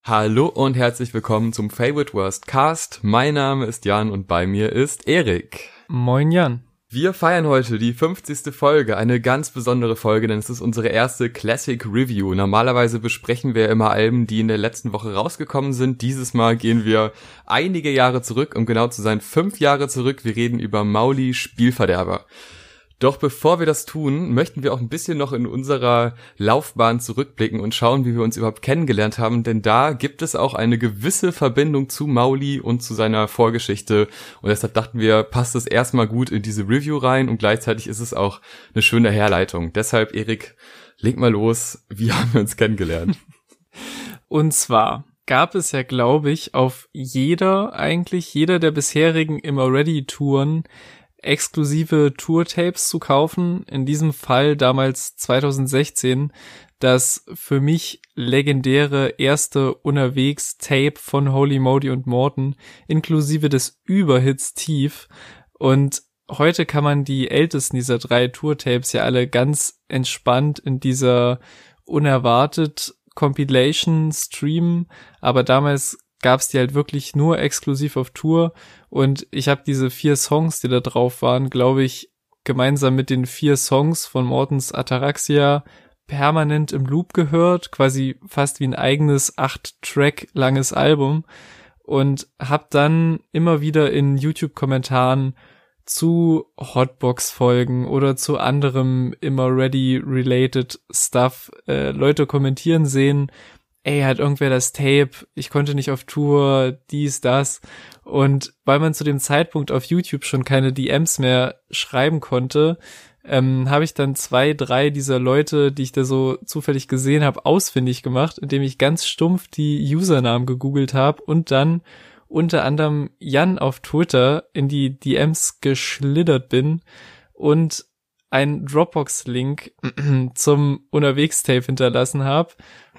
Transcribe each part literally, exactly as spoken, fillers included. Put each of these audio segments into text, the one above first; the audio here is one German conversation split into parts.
Hallo und herzlich willkommen zum Favorite Worst Cast. Mein Name ist Jan und bei mir ist Erik. Moin Jan. Wir feiern heute die fünfzigste Folge, eine ganz besondere Folge, denn es ist unsere erste Classic Review. Normalerweise besprechen wir immer Alben, die in der letzten Woche rausgekommen sind. Dieses Mal gehen wir einige Jahre zurück, um genau zu sein, fünf Jahre zurück. Wir reden über Mauli, Spielverderber. Doch bevor wir das tun, möchten wir auch ein bisschen noch in unserer Laufbahn zurückblicken und schauen, wie wir uns überhaupt kennengelernt haben, denn da gibt es auch eine gewisse Verbindung zu Mauli und zu seiner Vorgeschichte und deshalb dachten wir, passt es erstmal gut in diese Review rein und gleichzeitig ist es auch eine schöne Herleitung. Deshalb, Erik, leg mal los, wie haben wir uns kennengelernt? Und zwar gab es ja, glaube ich, auf jeder, eigentlich jeder der bisherigen Immer Ready-Touren exklusive Tour-Tapes zu kaufen. In diesem Fall damals zwanzig sechzehn das für mich legendäre erste Unterwegs-Tape von Holy Modi und Morten, inklusive des Überhits Tief. Und heute kann man die ältesten dieser drei Tour-Tapes ja alle ganz entspannt in dieser unerwartet Compilation streamen, aber damals gab's die halt wirklich nur exklusiv auf Tour und ich habe diese vier Songs, die da drauf waren, glaube ich, gemeinsam mit den vier Songs von Mortens Ataraxia permanent im Loop gehört, quasi fast wie ein eigenes acht Track langes Album und habe dann immer wieder in YouTube-Kommentaren zu Hotbox-Folgen oder zu anderem Immer Ready-related Stuff äh, Leute kommentieren sehen, ey, hat irgendwer das Tape, ich konnte nicht auf Tour, dies, das. Und weil man zu dem Zeitpunkt auf YouTube schon keine D Ms mehr schreiben konnte, ähm, habe ich dann zwei, drei dieser Leute, die ich da so zufällig gesehen habe, ausfindig gemacht, indem ich ganz stumpf die Usernamen gegoogelt habe und dann unter anderem Jan auf Twitter in die D Ms geschlittert bin und einen Dropbox-Link zum Unterwegs-Tape hinterlassen habe.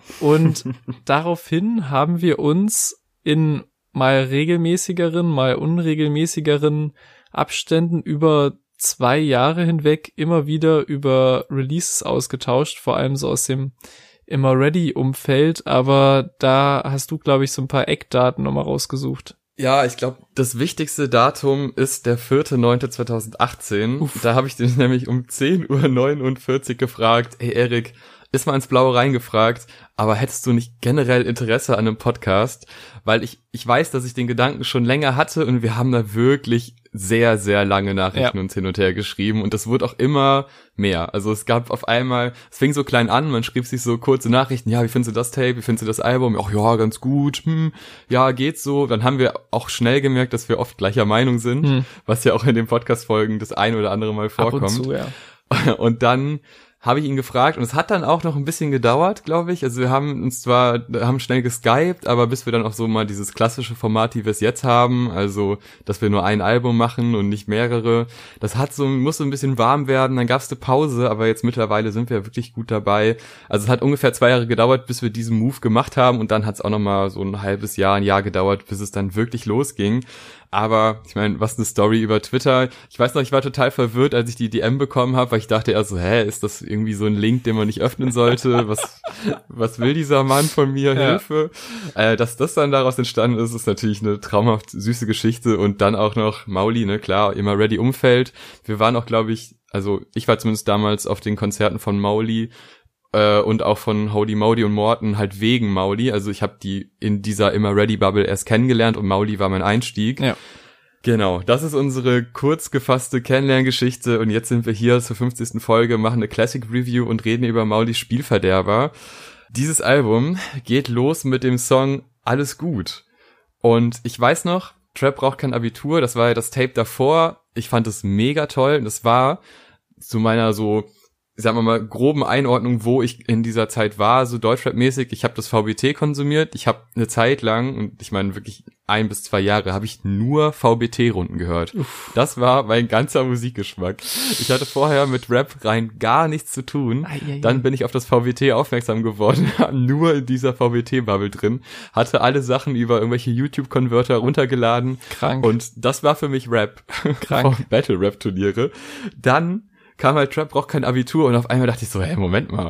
Und daraufhin haben wir uns in mal regelmäßigeren, mal unregelmäßigeren Abständen über zwei Jahre hinweg immer wieder über Releases ausgetauscht, vor allem so aus dem Immer Ready-Umfeld, aber da hast du, glaube ich, so ein paar Eckdaten nochmal rausgesucht. Ja, ich glaube, das wichtigste Datum ist der vierte neunte zweitausendachtzehn. Uff. Da habe ich dich nämlich um zehn Uhr neunundvierzig gefragt, hey Erik, ist mal ins Blaue reingefragt, aber hättest du nicht generell Interesse an einem Podcast? Weil ich ich weiß, dass ich den Gedanken schon länger hatte und wir haben da wirklich sehr, sehr lange Nachrichten ja. uns hin und her geschrieben und das wurde auch immer mehr. Also es gab auf einmal, es fing so klein an, man schrieb sich so kurze Nachrichten, ja, wie findest du das Tape, wie findest du das Album? Ach ja, ganz gut, hm, ja, geht so. Dann haben wir auch schnell gemerkt, dass wir oft gleicher Meinung sind, hm. was ja auch in den Podcast-Folgen das ein oder andere Mal vorkommt. Ab und zu, ja. Und dann habe ich ihn gefragt und es hat dann auch noch ein bisschen gedauert, glaube ich. Also wir haben uns zwar, haben schnell geskypt, aber bis wir dann auch so mal dieses klassische Format, wie wir es jetzt haben, also dass wir nur ein Album machen und nicht mehrere, das hat so, muss so ein bisschen warm werden, dann gab es eine Pause, aber jetzt mittlerweile sind wir wirklich gut dabei. Also es hat ungefähr zwei Jahre gedauert, bis wir diesen Move gemacht haben und dann hat es auch nochmal so ein halbes Jahr, ein Jahr gedauert, bis es dann wirklich losging. Aber ich meine, was eine Story über Twitter. Ich weiß noch, ich war total verwirrt, als ich die D M bekommen habe, weil ich dachte erst so, hä, ist das irgendwie so ein Link, den man nicht öffnen sollte? Was was will dieser Mann von mir? Ja. Hilfe. Äh, dass das dann daraus entstanden ist, ist natürlich eine traumhaft süße Geschichte. Und dann auch noch Mauli, ne, klar, Immer Ready Umfeld. Wir waren auch, glaube ich, also ich war zumindest damals auf den Konzerten von Mauli äh, und auch von Holy Modi und Morten halt wegen Mauli. Also ich habe die in dieser Immer Ready Bubble erst kennengelernt und Mauli war mein Einstieg. Ja. Genau, das ist unsere kurz gefasste Kennenlerngeschichte und jetzt sind wir hier zur fünfzigsten Folge, machen eine Classic Review und reden über Mauli Spielverderber. Dieses Album geht los mit dem Song Alles gut. Und ich weiß noch, Trap braucht kein Abitur, das war ja das Tape davor. Ich fand es mega toll und das war zu meiner so, sagen wir mal, groben Einordnung, wo ich in dieser Zeit war, so Deutschrap-mäßig. Ich habe das V B T konsumiert. Ich habe eine Zeit lang, und ich meine wirklich ein bis zwei Jahre, habe ich nur V B T-Runden gehört. Uff. Das war mein ganzer Musikgeschmack. Ich hatte vorher mit Rap rein gar nichts zu tun. Ai, ai, ai. Dann bin ich auf das V B T aufmerksam geworden, nur in dieser V B T-Bubble drin, hatte alle Sachen über irgendwelche YouTube-Konverter runtergeladen. Krank. Und das war für mich Rap. Krank. Battle-Rap-Turniere. Dann kam halt Trap braucht kein Abitur und auf einmal dachte ich so, hey, Moment mal,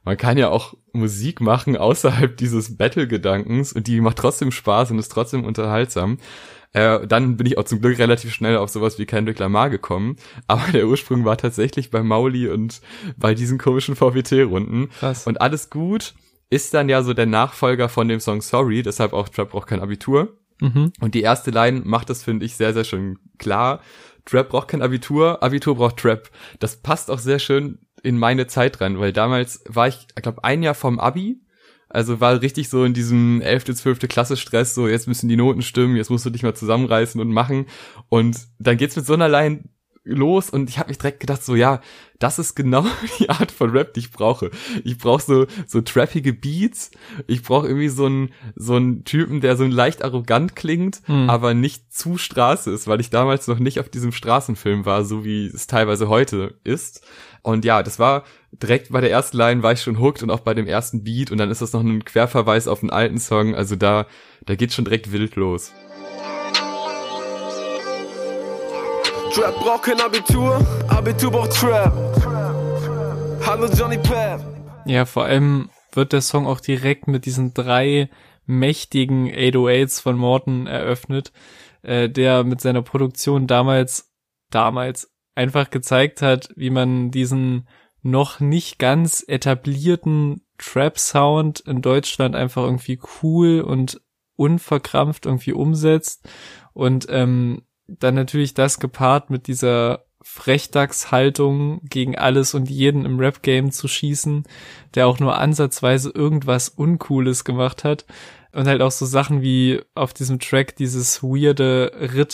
man kann ja auch Musik machen außerhalb dieses Battle-Gedankens und die macht trotzdem Spaß und ist trotzdem unterhaltsam. Äh, dann bin ich auch zum Glück relativ schnell auf sowas wie Kendrick Lamar gekommen, aber der Ursprung war tatsächlich bei Mauli und bei diesen komischen V W T-Runden. Krass. Und Alles gut ist dann ja so der Nachfolger von dem Song Sorry, deshalb auch Trap braucht kein Abitur. Mhm. Und die erste Line macht das, finde ich, sehr, sehr schön klar. Trap braucht kein Abitur, Abitur braucht Trap. Das passt auch sehr schön in meine Zeit rein, weil damals war ich, ich glaube, ein Jahr vom Abi. Also war richtig so in diesem elfte, zwölfte Klasse Stress, so jetzt müssen die Noten stimmen, jetzt musst du dich mal zusammenreißen und machen. Und dann geht's mit so einer Line los und ich habe mich direkt gedacht, so ja, das ist genau die Art von Rap, die ich brauche. Ich brauche so so trappige Beats, ich brauche irgendwie so einen so einen Typen, der so leicht arrogant klingt, hm. aber nicht zu Straße ist, weil ich damals noch nicht auf diesem Straßenfilm war, so wie es teilweise heute ist. Und ja, das war direkt bei der ersten Line war ich schon hooked und auch bei dem ersten Beat und dann ist das noch ein Querverweis auf einen alten Song, also da da geht's schon direkt wild los. Trap braucht kein Abitur, Abitur braucht Trap. Hallo Johnny Pep. Ja, vor allem wird der Song auch direkt mit diesen drei mächtigen acht null achts von Morten eröffnet, äh, der mit seiner Produktion damals, damals einfach gezeigt hat, wie man diesen noch nicht ganz etablierten Trap-Sound in Deutschland einfach irgendwie cool und unverkrampft irgendwie umsetzt und ähm, dann natürlich das gepaart mit dieser Frechdachshaltung gegen alles und jeden im Rap-Game zu schießen, der auch nur ansatzweise irgendwas Uncooles gemacht hat und halt auch so Sachen wie auf diesem Track dieses weirde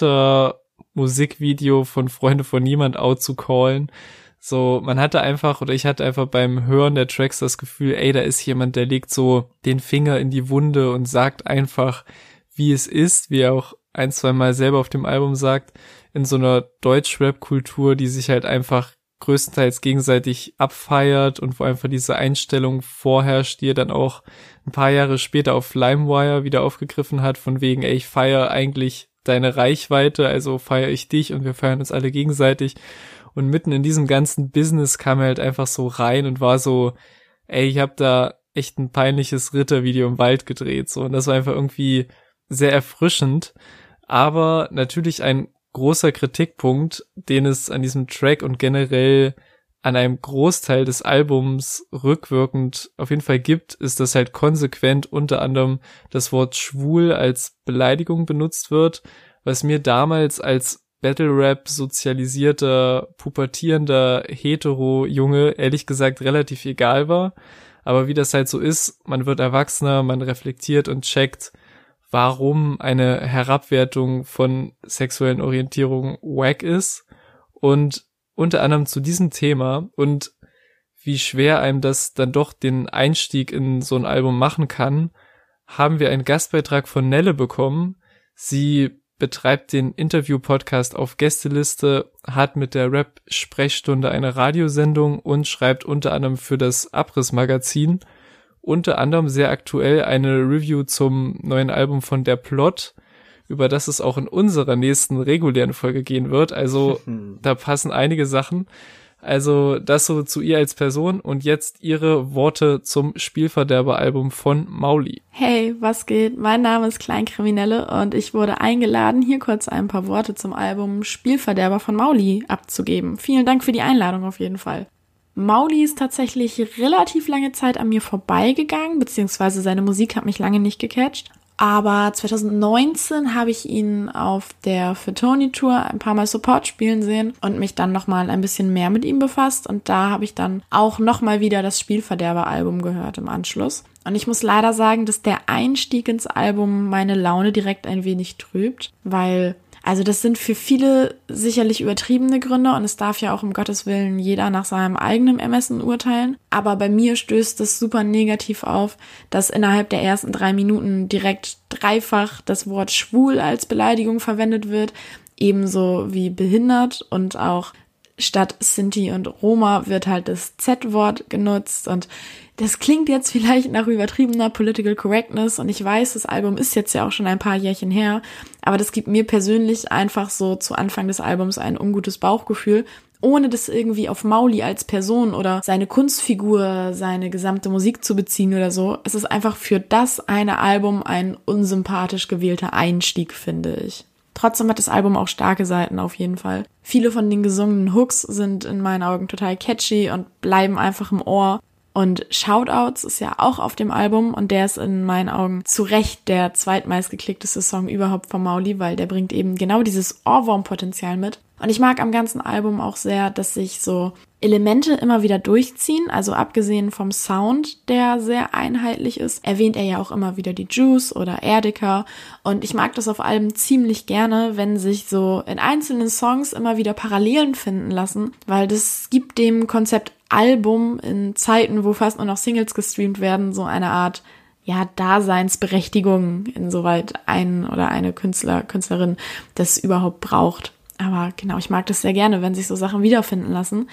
Ritter-Musikvideo von Freunde von Niemand out zu callen. So, man hatte einfach, oder ich hatte einfach beim Hören der Tracks das Gefühl, ey, da ist jemand, der legt so den Finger in die Wunde und sagt einfach, wie es ist, wie er auch ein, zwei Mal selber auf dem Album sagt, in so einer Deutsch-Rap-Kultur, die sich halt einfach größtenteils gegenseitig abfeiert und wo einfach diese Einstellung vorherrscht, die er dann auch ein paar Jahre später auf LimeWire wieder aufgegriffen hat, von wegen, ey, ich feiere eigentlich deine Reichweite, also feiere ich dich und wir feiern uns alle gegenseitig. Und mitten in diesem ganzen Business kam er halt einfach so rein und war so, ey, ich hab da echt ein peinliches Rittervideo im Wald gedreht, so. Und das war einfach irgendwie sehr erfrischend, aber natürlich ein großer Kritikpunkt, den es an diesem Track und generell an einem Großteil des Albums rückwirkend auf jeden Fall gibt, ist, dass halt konsequent unter anderem das Wort schwul als Beleidigung benutzt wird, was mir damals als Battle-Rap sozialisierter, pubertierender Hetero-Junge ehrlich gesagt relativ egal war. Aber wie das halt so ist, man wird erwachsener, man reflektiert und checkt, warum eine Herabwertung von sexuellen Orientierungen wack ist. Und unter anderem zu diesem Thema und wie schwer einem das dann doch den Einstieg in so ein Album machen kann, haben wir einen Gastbeitrag von Nelle bekommen. Sie betreibt den Interview-Podcast auf Gästeliste, hat mit der Rap-Sprechstunde eine Radiosendung und schreibt unter anderem für das Abriss-Magazin unter anderem sehr aktuell eine Review zum neuen Album von Der Plot, über das es auch in unserer nächsten regulären Folge gehen wird. Also da passen einige Sachen. Also das so zu ihr als Person und jetzt ihre Worte zum Spielverderber-Album von Mauli. Hey, was geht? Mein Name ist Kleinkriminelle und ich wurde eingeladen, hier kurz ein paar Worte zum Album Spielverderber von Mauli abzugeben. Vielen Dank für die Einladung auf jeden Fall. Mauli ist tatsächlich relativ lange Zeit an mir vorbeigegangen, beziehungsweise seine Musik hat mich lange nicht gecatcht. Aber zwanzig neunzehn habe ich ihn auf der Fatoni-Tour ein paar Mal Support spielen sehen und mich dann nochmal ein bisschen mehr mit ihm befasst. Und da habe ich dann auch nochmal wieder das Spielverderber-Album gehört im Anschluss. Und ich muss leider sagen, dass der Einstieg ins Album meine Laune direkt ein wenig trübt, weil... Also das sind für viele sicherlich übertriebene Gründe und es darf ja auch um Gottes Willen jeder nach seinem eigenen Ermessen urteilen. Aber bei mir stößt es super negativ auf, dass innerhalb der ersten drei Minuten direkt dreifach das Wort schwul als Beleidigung verwendet wird, ebenso wie behindert und auch statt Sinti und Roma wird halt das Z-Wort genutzt und das klingt jetzt vielleicht nach übertriebener Political Correctness und ich weiß, das Album ist jetzt ja auch schon ein paar Jährchen her, aber das gibt mir persönlich einfach so zu Anfang des Albums ein ungutes Bauchgefühl ohne das irgendwie auf Mauli als Person oder seine Kunstfigur, seine gesamte Musik zu beziehen oder so. Es ist einfach für das eine Album ein unsympathisch gewählter Einstieg, finde ich. Trotzdem hat das Album auch starke Seiten auf jeden Fall. Viele von den gesungenen Hooks sind in meinen Augen total catchy und bleiben einfach im Ohr. Und Shoutouts ist ja auch auf dem Album und der ist in meinen Augen zu Recht der zweitmeistgeklickteste Song überhaupt von Mauli, weil der bringt eben genau dieses Ohrwurmpotenzial mit. Und ich mag am ganzen Album auch sehr, dass sich so Elemente immer wieder durchziehen, also abgesehen vom Sound, der sehr einheitlich ist, erwähnt er ja auch immer wieder die Juice oder Erdika und ich mag das auf Alben ziemlich gerne, wenn sich so in einzelnen Songs immer wieder Parallelen finden lassen, weil das gibt dem Konzept Album in Zeiten, wo fast nur noch Singles gestreamt werden, so eine Art ja, Daseinsberechtigung, insoweit ein oder eine Künstler, Künstlerin das überhaupt braucht. Aber genau, ich mag das sehr gerne, wenn sich so Sachen wiederfinden lassen.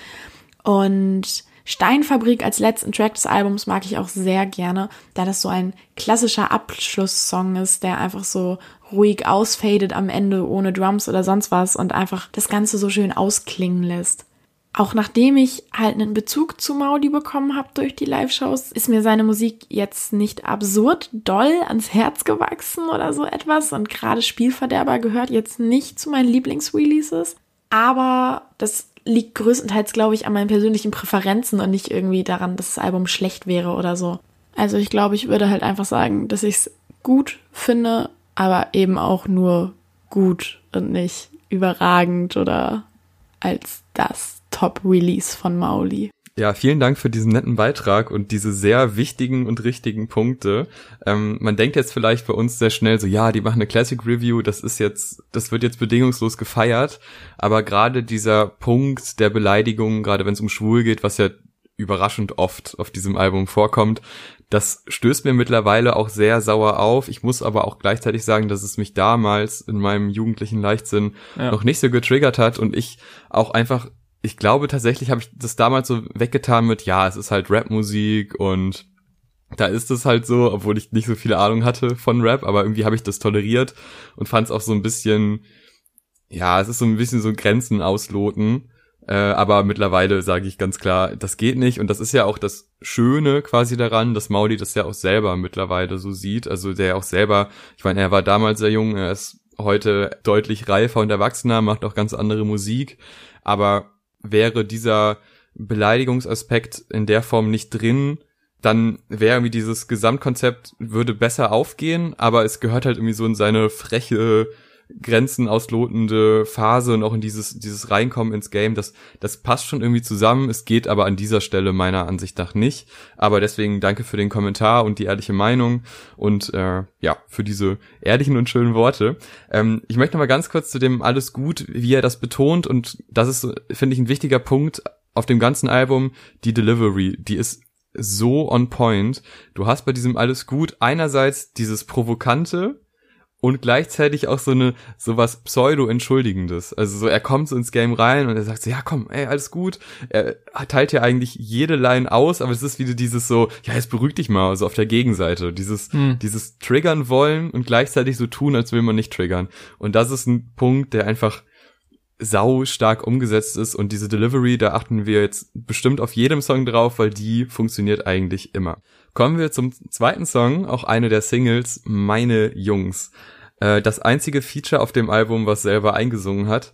Und Steinfabrik als letzten Track des Albums mag ich auch sehr gerne, da das so ein klassischer Abschlusssong ist, der einfach so ruhig ausfadet am Ende, ohne Drums oder sonst was und einfach das Ganze so schön ausklingen lässt. Auch nachdem ich halt einen Bezug zu Mauli bekommen habe durch die Live-Shows, ist mir seine Musik jetzt nicht absurd doll ans Herz gewachsen oder so etwas. Und gerade Spielverderber gehört jetzt nicht zu meinen Lieblings-Releases. Aber das liegt größtenteils, glaube ich, an meinen persönlichen Präferenzen und nicht irgendwie daran, dass das Album schlecht wäre oder so. Also ich glaube, ich würde halt einfach sagen, dass ich es gut finde, aber eben auch nur gut und nicht überragend oder als das Top-Release von Mauli. Ja, vielen Dank für diesen netten Beitrag und diese sehr wichtigen und richtigen Punkte. Ähm, man denkt jetzt vielleicht bei uns sehr schnell so, ja, die machen eine Classic Review, das ist jetzt, das wird jetzt bedingungslos gefeiert, aber gerade dieser Punkt der Beleidigung, gerade wenn es um schwul geht, was ja überraschend oft auf diesem Album vorkommt, das stößt mir mittlerweile auch sehr sauer auf. Ich muss aber auch gleichzeitig sagen, dass es mich damals in meinem jugendlichen Leichtsinn ja. noch nicht so getriggert hat und ich auch einfach ich glaube tatsächlich habe ich das damals so weggetan mit, ja, es ist halt Rap-Musik und da ist es halt so, obwohl ich nicht so viele Ahnung hatte von Rap, aber irgendwie habe ich das toleriert und fand es auch so ein bisschen, ja, es ist so ein bisschen so Grenzen ausloten, äh, aber mittlerweile sage ich ganz klar, das geht nicht und das ist ja auch das Schöne quasi daran, dass Mauli das ja auch selber mittlerweile so sieht, also der auch selber, ich meine, er war damals sehr jung, er ist heute deutlich reifer und erwachsener, macht auch ganz andere Musik, aber wäre dieser Beleidigungsaspekt in der Form nicht drin, dann wäre irgendwie dieses Gesamtkonzept würde besser aufgehen, aber es gehört halt irgendwie so in seine freche, Grenzen auslotende Phase und auch in dieses dieses Reinkommen ins Game, das das passt schon irgendwie zusammen, es geht aber an dieser Stelle meiner Ansicht nach nicht, aber deswegen danke für den Kommentar und die ehrliche Meinung und äh, ja, für diese ehrlichen und schönen Worte. Ähm, ich möchte noch mal ganz kurz zu dem Alles gut, wie er das betont und das ist, finde ich, ein wichtiger Punkt auf dem ganzen Album, die Delivery, die ist so on point. Du hast bei diesem Alles gut einerseits dieses Provokante und gleichzeitig auch so eine sowas Pseudo-Entschuldigendes. Also so, er kommt so ins Game rein und er sagt so, ja komm, ey, alles gut. Er teilt ja eigentlich jede Line aus, aber es ist wieder dieses so, ja, jetzt beruhig dich mal, so auf der Gegenseite. Dieses hm. dieses triggern wollen und gleichzeitig so tun, als will man nicht triggern. Und das ist ein Punkt, der einfach sau stark umgesetzt ist und diese Delivery, da achten wir jetzt bestimmt auf jedem Song drauf, weil die funktioniert eigentlich immer. Kommen wir zum zweiten Song, auch eine der Singles, Meine Jungs. Äh, das einzige Feature auf dem Album, was selber eingesungen hat.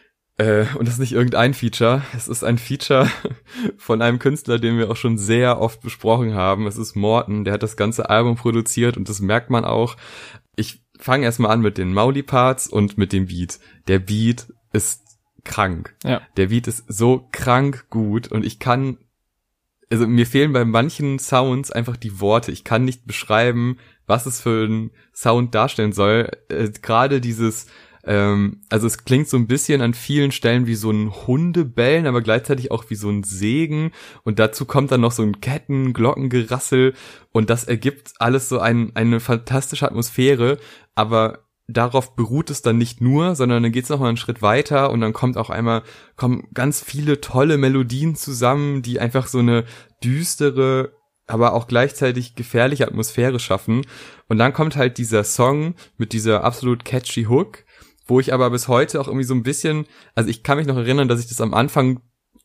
Äh, und das ist nicht irgendein Feature, es ist ein Feature von einem Künstler, den wir auch schon sehr oft besprochen haben. Es ist Morten, der hat das ganze Album produziert und das merkt man auch. Ich fange erstmal an mit den Mauli-Parts und mit dem Beat. Der Beat ist krank. Ja. Der Beat ist so krank gut und ich kann, also mir fehlen bei manchen Sounds einfach die Worte. Ich kann nicht beschreiben, was es für ein Sound darstellen soll. Äh, gerade dieses, ähm, also es klingt so ein bisschen an vielen Stellen wie so ein Hundebellen, aber gleichzeitig auch wie so ein Segen und dazu kommt dann noch so ein Ketten, Glockengerassel und das ergibt alles so ein, eine fantastische Atmosphäre, aber darauf beruht es dann nicht nur, sondern dann geht's noch mal einen Schritt weiter und dann kommt auch einmal, kommen ganz viele tolle Melodien zusammen, die einfach so eine düstere, aber auch gleichzeitig gefährliche Atmosphäre schaffen. Und dann kommt halt dieser Song mit dieser absolut catchy Hook, wo ich aber bis heute auch irgendwie so ein bisschen, also ich kann mich noch erinnern, dass ich das am Anfang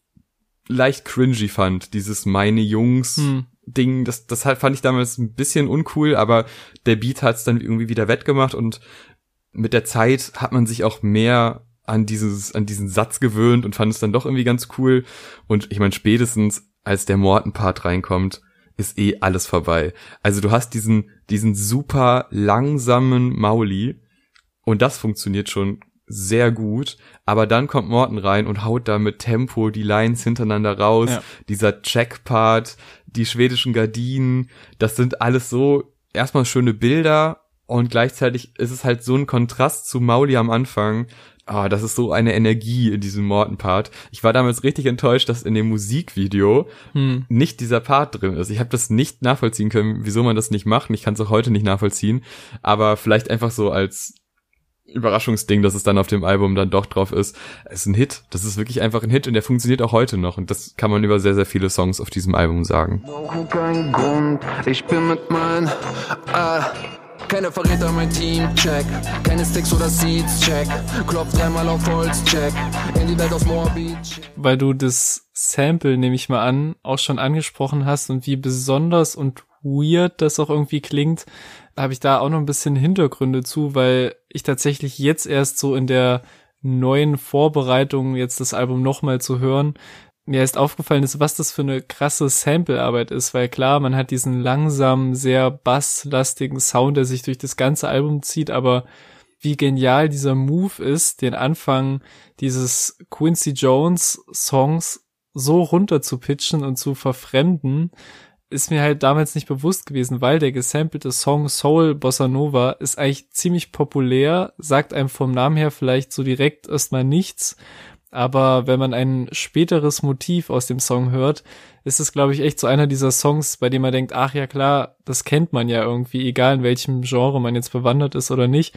leicht cringy fand, dieses meine Jungs hm. Ding, das das halt fand ich damals ein bisschen uncool, aber der Beat hat's dann irgendwie wieder wettgemacht und mit der Zeit hat man sich auch mehr an dieses an diesen Satz gewöhnt und fand es dann doch irgendwie ganz cool und ich meine spätestens als der Morten-Part reinkommt, ist eh alles vorbei. Also du hast diesen diesen super langsamen Mauli und das funktioniert schon sehr gut, aber dann kommt Morten rein und haut da mit Tempo die Lines hintereinander raus, ja. Dieser Check-Part, die schwedischen Gardinen, das sind alles so erstmal schöne Bilder und gleichzeitig ist es halt so ein Kontrast zu Mauli am Anfang. Ah, das ist so eine Energie in diesem Morten-Part. Ich war damals richtig enttäuscht, dass in dem Musikvideo hm. nicht dieser Part drin ist. Ich habe das nicht nachvollziehen können, wieso man das nicht macht. Und ich kann es auch heute nicht nachvollziehen, aber vielleicht einfach so als Überraschungsding, dass es dann auf dem Album dann doch drauf ist. Es ist ein Hit. Das ist wirklich einfach ein Hit und der funktioniert auch heute noch. Und das kann man über sehr, sehr viele Songs auf diesem Album sagen. Kein Grund, ich bin mit mein, äh, keine Verräter, mein Team, check. Keine Sticks oder Seeds, check. Klopf dreimal auf Holz, check. In die Welt aus Moabit. Weil du das Sample, nehme ich mal an, auch schon angesprochen hast und wie besonders und weird das auch irgendwie klingt, habe ich da auch noch ein bisschen Hintergründe zu, weil ich tatsächlich jetzt erst so in der neuen Vorbereitung, jetzt das Album nochmal zu hören, mir erst aufgefallen ist, was das für eine krasse Samplearbeit ist, weil klar, man hat diesen langsamen, sehr basslastigen Sound, der sich durch das ganze Album zieht, aber wie genial dieser Move ist, den Anfang dieses Quincy Jones Songs so runter zu pitchen und zu verfremden, ist mir halt damals nicht bewusst gewesen, weil der gesampelte Song Soul Bossa Nova ist eigentlich ziemlich populär, sagt einem vom Namen her vielleicht so direkt erstmal nichts, aber wenn man ein späteres Motiv aus dem Song hört, ist es, glaube ich, echt so einer dieser Songs, bei dem man denkt, ach ja klar, das kennt man ja irgendwie, egal in welchem Genre man jetzt bewandert ist oder nicht.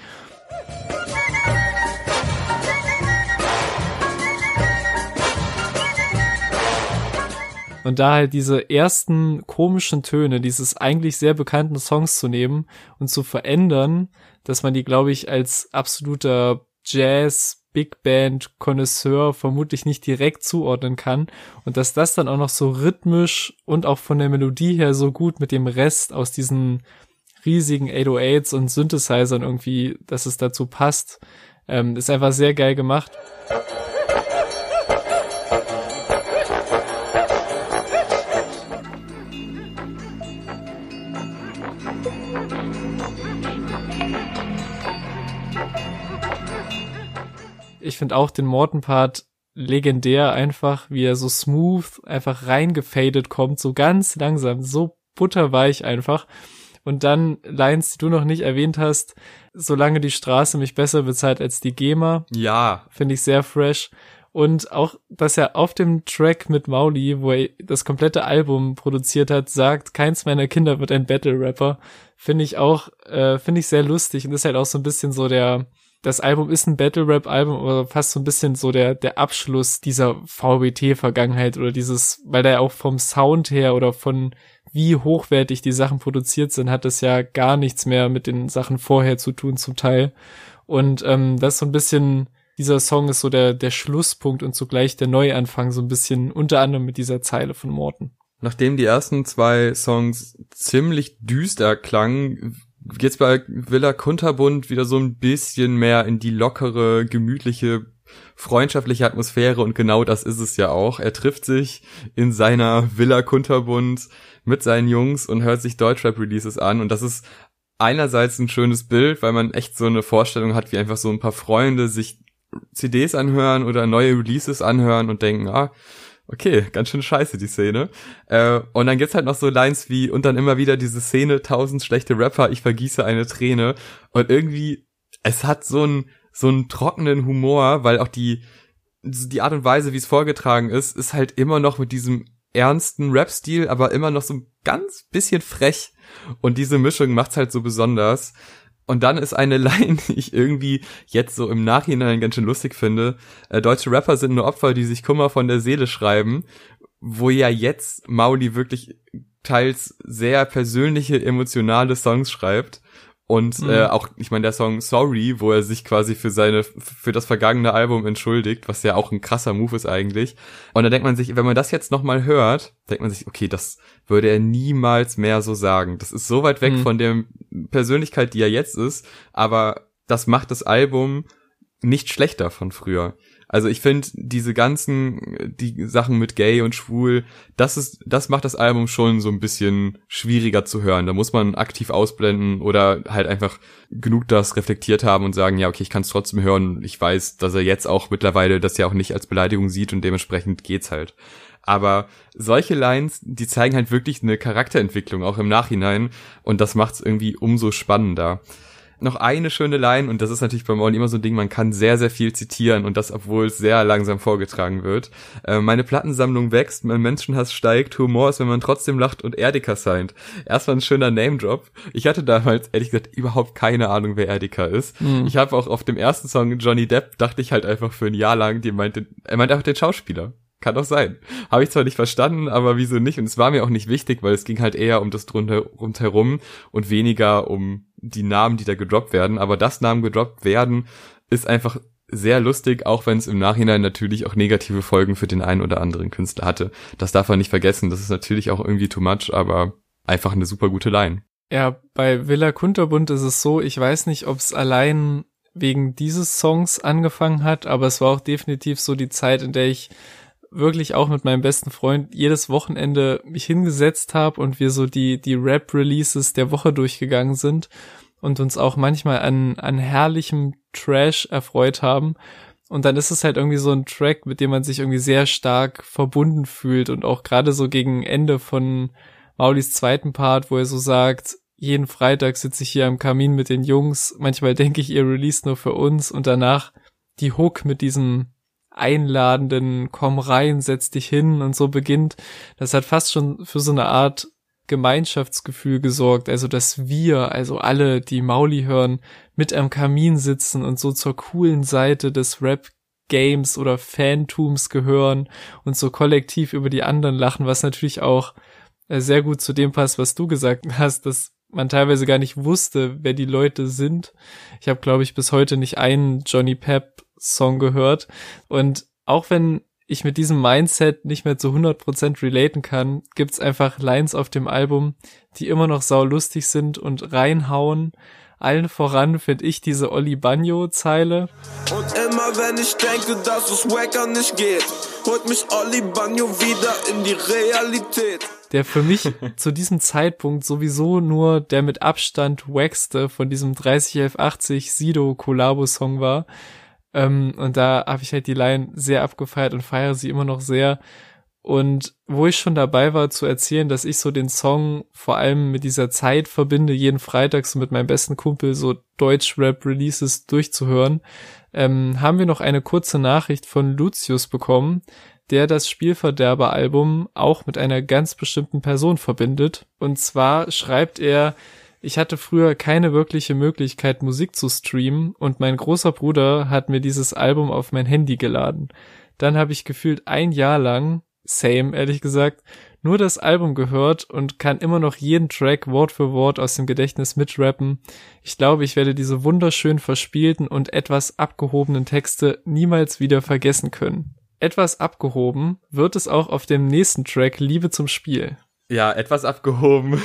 Und da halt diese ersten komischen Töne dieses eigentlich sehr bekannten Songs zu nehmen und zu verändern, dass man die, glaube ich, als absoluter Jazz-Big Band-Connoisseur vermutlich nicht direkt zuordnen kann und dass das dann auch noch so rhythmisch und auch von der Melodie her so gut mit dem Rest aus diesen riesigen acht null achts und Synthesizern irgendwie, dass es dazu passt, ähm, ist einfach sehr geil gemacht. Ich finde auch den Morten-Part legendär einfach, wie er so smooth einfach reingefadet kommt, so ganz langsam, so butterweich einfach. Und dann Lines, die du noch nicht erwähnt hast, solange die Straße mich besser bezahlt als die GEMA. Ja. Finde ich sehr fresh. Und auch, dass er auf dem Track mit Mauli, wo er das komplette Album produziert hat, sagt, keins meiner Kinder wird ein Battle-Rapper, finde ich auch, äh, finde ich sehr lustig. Und das ist halt auch so ein bisschen so der, das Album ist ein Battle-Rap-Album, aber fast so ein bisschen so der der Abschluss dieser V B T-Vergangenheit oder dieses, weil da ja auch vom Sound her oder von wie hochwertig die Sachen produziert sind, hat das ja gar nichts mehr mit den Sachen vorher zu tun zum Teil. Und ähm, das ist so ein bisschen, dieser Song ist so der der Schlusspunkt und zugleich der Neuanfang, so ein bisschen unter anderem mit dieser Zeile von Morten. Nachdem die ersten zwei Songs ziemlich düster klangen, geht's bei Villa Kunterbund wieder so ein bisschen mehr in die lockere, gemütliche, freundschaftliche Atmosphäre und genau das ist es ja auch. Er trifft sich in seiner Villa Kunterbund mit seinen Jungs und hört sich Deutschrap-Releases an und das ist einerseits ein schönes Bild, weil man echt so eine Vorstellung hat, wie einfach so ein paar Freunde sich C Ds anhören oder neue Releases anhören und denken, ah, okay, ganz schön scheiße, die Szene. Äh, und dann gibt's halt noch so Lines wie, und dann immer wieder diese Szene, tausend schlechte Rapper, ich vergieße eine Träne. Und irgendwie, es hat so einen, so einen trockenen Humor, weil auch die, die Art und Weise, wie es vorgetragen ist, ist halt immer noch mit diesem ernsten Rap-Stil, aber immer noch so ein ganz bisschen frech. Und diese Mischung macht's halt so besonders. Und dann ist eine Line, die ich irgendwie jetzt so im Nachhinein ganz schön lustig finde. Äh, deutsche Rapper sind nur Opfer, die sich Kummer von der Seele schreiben, wo ja jetzt Mauli wirklich teils sehr persönliche, emotionale Songs schreibt. Und mhm. äh, auch, ich meine, der Song Sorry, wo er sich quasi für seine, für das vergangene Album entschuldigt, was ja auch ein krasser Move ist eigentlich. Und da denkt man sich, wenn man das jetzt nochmal hört, denkt man sich, okay, das würde er niemals mehr so sagen. Das ist so weit weg mhm. von der Persönlichkeit, die er jetzt ist, aber das macht das Album nicht schlechter von früher. Also ich finde, diese ganzen, die Sachen mit gay und schwul, das ist, das macht das Album schon so ein bisschen schwieriger zu hören. Da muss man aktiv ausblenden oder halt einfach genug das reflektiert haben und sagen, ja, okay, ich kann es trotzdem hören. Ich weiß, dass er jetzt auch mittlerweile das ja auch nicht als Beleidigung sieht und dementsprechend geht's halt. Aber solche Lines, die zeigen halt wirklich eine Charakterentwicklung, auch im Nachhinein. Und das macht's irgendwie umso spannender. Noch eine schöne Line, und das ist natürlich bei Mauli immer so ein Ding, man kann sehr, sehr viel zitieren und das, obwohl es sehr langsam vorgetragen wird. Äh, meine Plattensammlung wächst, mein Menschenhass steigt, Humor ist, wenn man trotzdem lacht und Erdika signed. Erstmal ein schöner Name-Drop. Ich hatte damals, ehrlich gesagt, überhaupt keine Ahnung, wer Erdika ist. Mhm. Ich habe auch auf dem ersten Song Johnny Depp, dachte ich halt einfach für ein Jahr lang, die meinte, er meinte einfach den Schauspieler. Kann doch sein. Habe ich zwar nicht verstanden, aber wieso nicht? Und es war mir auch nicht wichtig, weil es ging halt eher um das drunter, rundherum und weniger um die Namen, die da gedroppt werden. Aber dass Namen gedroppt werden, ist einfach sehr lustig, auch wenn es im Nachhinein natürlich auch negative Folgen für den einen oder anderen Künstler hatte. Das darf man nicht vergessen. Das ist natürlich auch irgendwie too much, aber einfach eine super gute Line. Ja, bei Villa Kunterbunt ist es so, ich weiß nicht, ob es allein wegen dieses Songs angefangen hat, aber es war auch definitiv so die Zeit, in der ich wirklich auch mit meinem besten Freund jedes Wochenende mich hingesetzt habe und wir so die die Rap-Releases der Woche durchgegangen sind und uns auch manchmal an an herrlichem Trash erfreut haben. Und dann ist es halt irgendwie so ein Track, mit dem man sich irgendwie sehr stark verbunden fühlt und auch gerade so gegen Ende von Maulis zweiten Part, wo er so sagt, jeden Freitag sitze ich hier am Kamin mit den Jungs, manchmal denke ich, ihr release nur für uns, und danach die Hook mit diesem einladenden, komm rein, setz dich hin und so beginnt. Das hat fast schon für so eine Art Gemeinschaftsgefühl gesorgt, also dass wir, also alle, die Mauli hören, mit am Kamin sitzen und so zur coolen Seite des Rap-Games oder Fantums gehören und so kollektiv über die anderen lachen, was natürlich auch sehr gut zu dem passt, was du gesagt hast, dass man teilweise gar nicht wusste, wer die Leute sind. Ich habe, glaube ich, bis heute nicht einen Johnny Pep Song gehört, und auch wenn ich mit diesem Mindset nicht mehr zu hundert Prozent relaten kann, gibt's einfach Lines auf dem Album, die immer noch saulustig sind und reinhauen. Allen voran finde ich diese Oli Banjo-Zeile. Und immer wenn ich denke, dass es wacker nicht geht, holt mich Oli Banjo wieder in die Realität. Der für mich zu diesem Zeitpunkt sowieso nur der mit Abstand wackste von diesem dreißig elf achtzig Sido-Kollabo-Song war. Ähm, und da habe ich halt die Line sehr abgefeiert und feiere sie immer noch sehr. Und wo ich schon dabei war zu erzählen, dass ich so den Song vor allem mit dieser Zeit verbinde, jeden Freitag so mit meinem besten Kumpel so Deutsch-Rap-Releases durchzuhören, ähm, haben wir noch eine kurze Nachricht von Lucius bekommen, der das Spielverderber-Album auch mit einer ganz bestimmten Person verbindet. Und zwar schreibt er: Ich hatte früher keine wirkliche Möglichkeit, Musik zu streamen, und mein großer Bruder hat mir dieses Album auf mein Handy geladen. Dann habe ich gefühlt ein Jahr lang, same ehrlich gesagt, nur das Album gehört und kann immer noch jeden Track Wort für Wort aus dem Gedächtnis mitrappen. Ich glaube, ich werde diese wunderschön verspielten und etwas abgehobenen Texte niemals wieder vergessen können. Etwas abgehoben wird es auch auf dem nächsten Track Liebe zum Spiel. Ja, etwas abgehoben.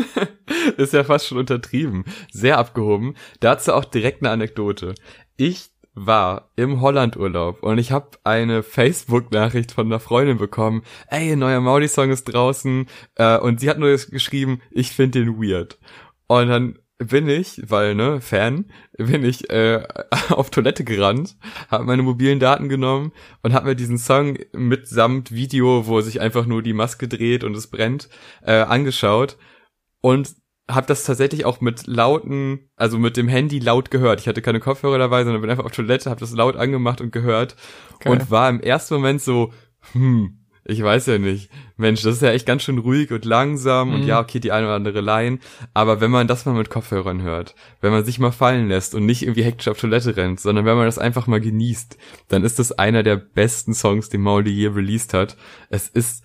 Ist ja fast schon untertrieben. Sehr abgehoben. Dazu auch direkt eine Anekdote. Ich war im Hollandurlaub und ich habe eine Facebook-Nachricht von einer Freundin bekommen. Ey, ein neuer Mauli-Song ist draußen. Äh, und sie hat nur geschrieben, ich finde den weird. Und dann bin ich, weil, ne, Fan, bin ich äh, auf Toilette gerannt, habe meine mobilen Daten genommen und habe mir diesen Song mitsamt Video, wo sich einfach nur die Maske dreht und es brennt, äh, angeschaut und habe das tatsächlich auch mit lauten, also mit dem Handy laut gehört. Ich hatte keine Kopfhörer dabei, sondern bin einfach auf Toilette, habe das laut angemacht und gehört. Geil. Und war im ersten Moment so, hm, ich weiß ja nicht. Mensch, das ist ja echt ganz schön ruhig und langsam mhm. und ja, okay, die eine oder andere Line. Aber wenn man das mal mit Kopfhörern hört, wenn man sich mal fallen lässt und nicht irgendwie hektisch auf Toilette rennt, sondern wenn man das einfach mal genießt, dann ist das einer der besten Songs, den Mauli je released hat. Es ist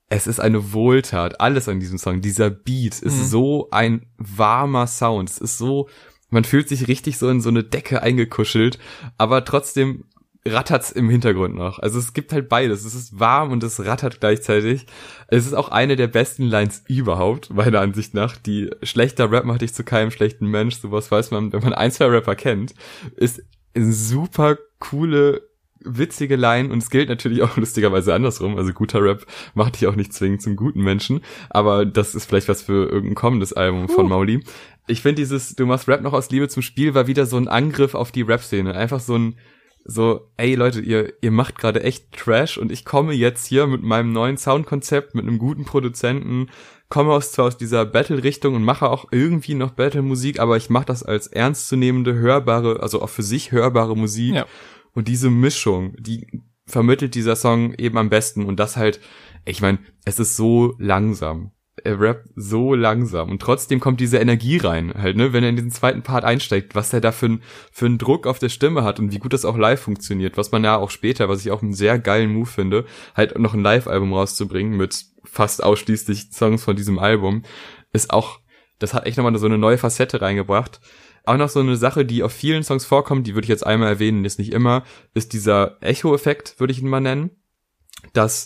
es ist eine Wohltat, alles an diesem Song. Dieser Beat ist mhm. so ein warmer Sound. Es ist so, man fühlt sich richtig so in so eine Decke eingekuschelt, aber trotzdem rattert's im Hintergrund noch. Also es gibt halt beides. Es ist warm und es rattert gleichzeitig. Es ist auch eine der besten Lines überhaupt, meiner Ansicht nach. Die schlechter Rap macht dich zu keinem schlechten Mensch. Sowas weiß man, wenn man ein, zwei Rapper kennt. Ist eine super coole, witzige Line und es gilt natürlich auch lustigerweise andersrum. Also guter Rap macht dich auch nicht zwingend zum guten Menschen. Aber das ist vielleicht was für irgendein kommendes Album von Mauli. Ich finde dieses Du machst Rap noch aus Liebe zum Spiel war wieder so ein Angriff auf die Rap-Szene. Einfach so ein So, ey Leute, ihr ihr macht gerade echt Trash und ich komme jetzt hier mit meinem neuen Soundkonzept, mit einem guten Produzenten, komme aus zwar aus dieser Battle-Richtung und mache auch irgendwie noch Battle-Musik, aber ich mache das als ernstzunehmende, hörbare, also auch für sich hörbare Musik. Ja. Und diese Mischung, die vermittelt dieser Song eben am besten und das halt, ich meine, es ist so langsam. Er rappt so langsam und trotzdem kommt diese Energie rein, halt, ne, wenn er in diesen zweiten Part einsteigt, was er da für, für einen Druck auf der Stimme hat und wie gut das auch live funktioniert, was man ja auch später, was ich auch einen sehr geilen Move finde, halt noch ein Live-Album rauszubringen mit fast ausschließlich Songs von diesem Album, ist auch, das hat echt nochmal so eine neue Facette reingebracht. Auch noch so eine Sache, die auf vielen Songs vorkommt, die würde ich jetzt einmal erwähnen, ist nicht immer, ist dieser Echo-Effekt, würde ich ihn mal nennen, dass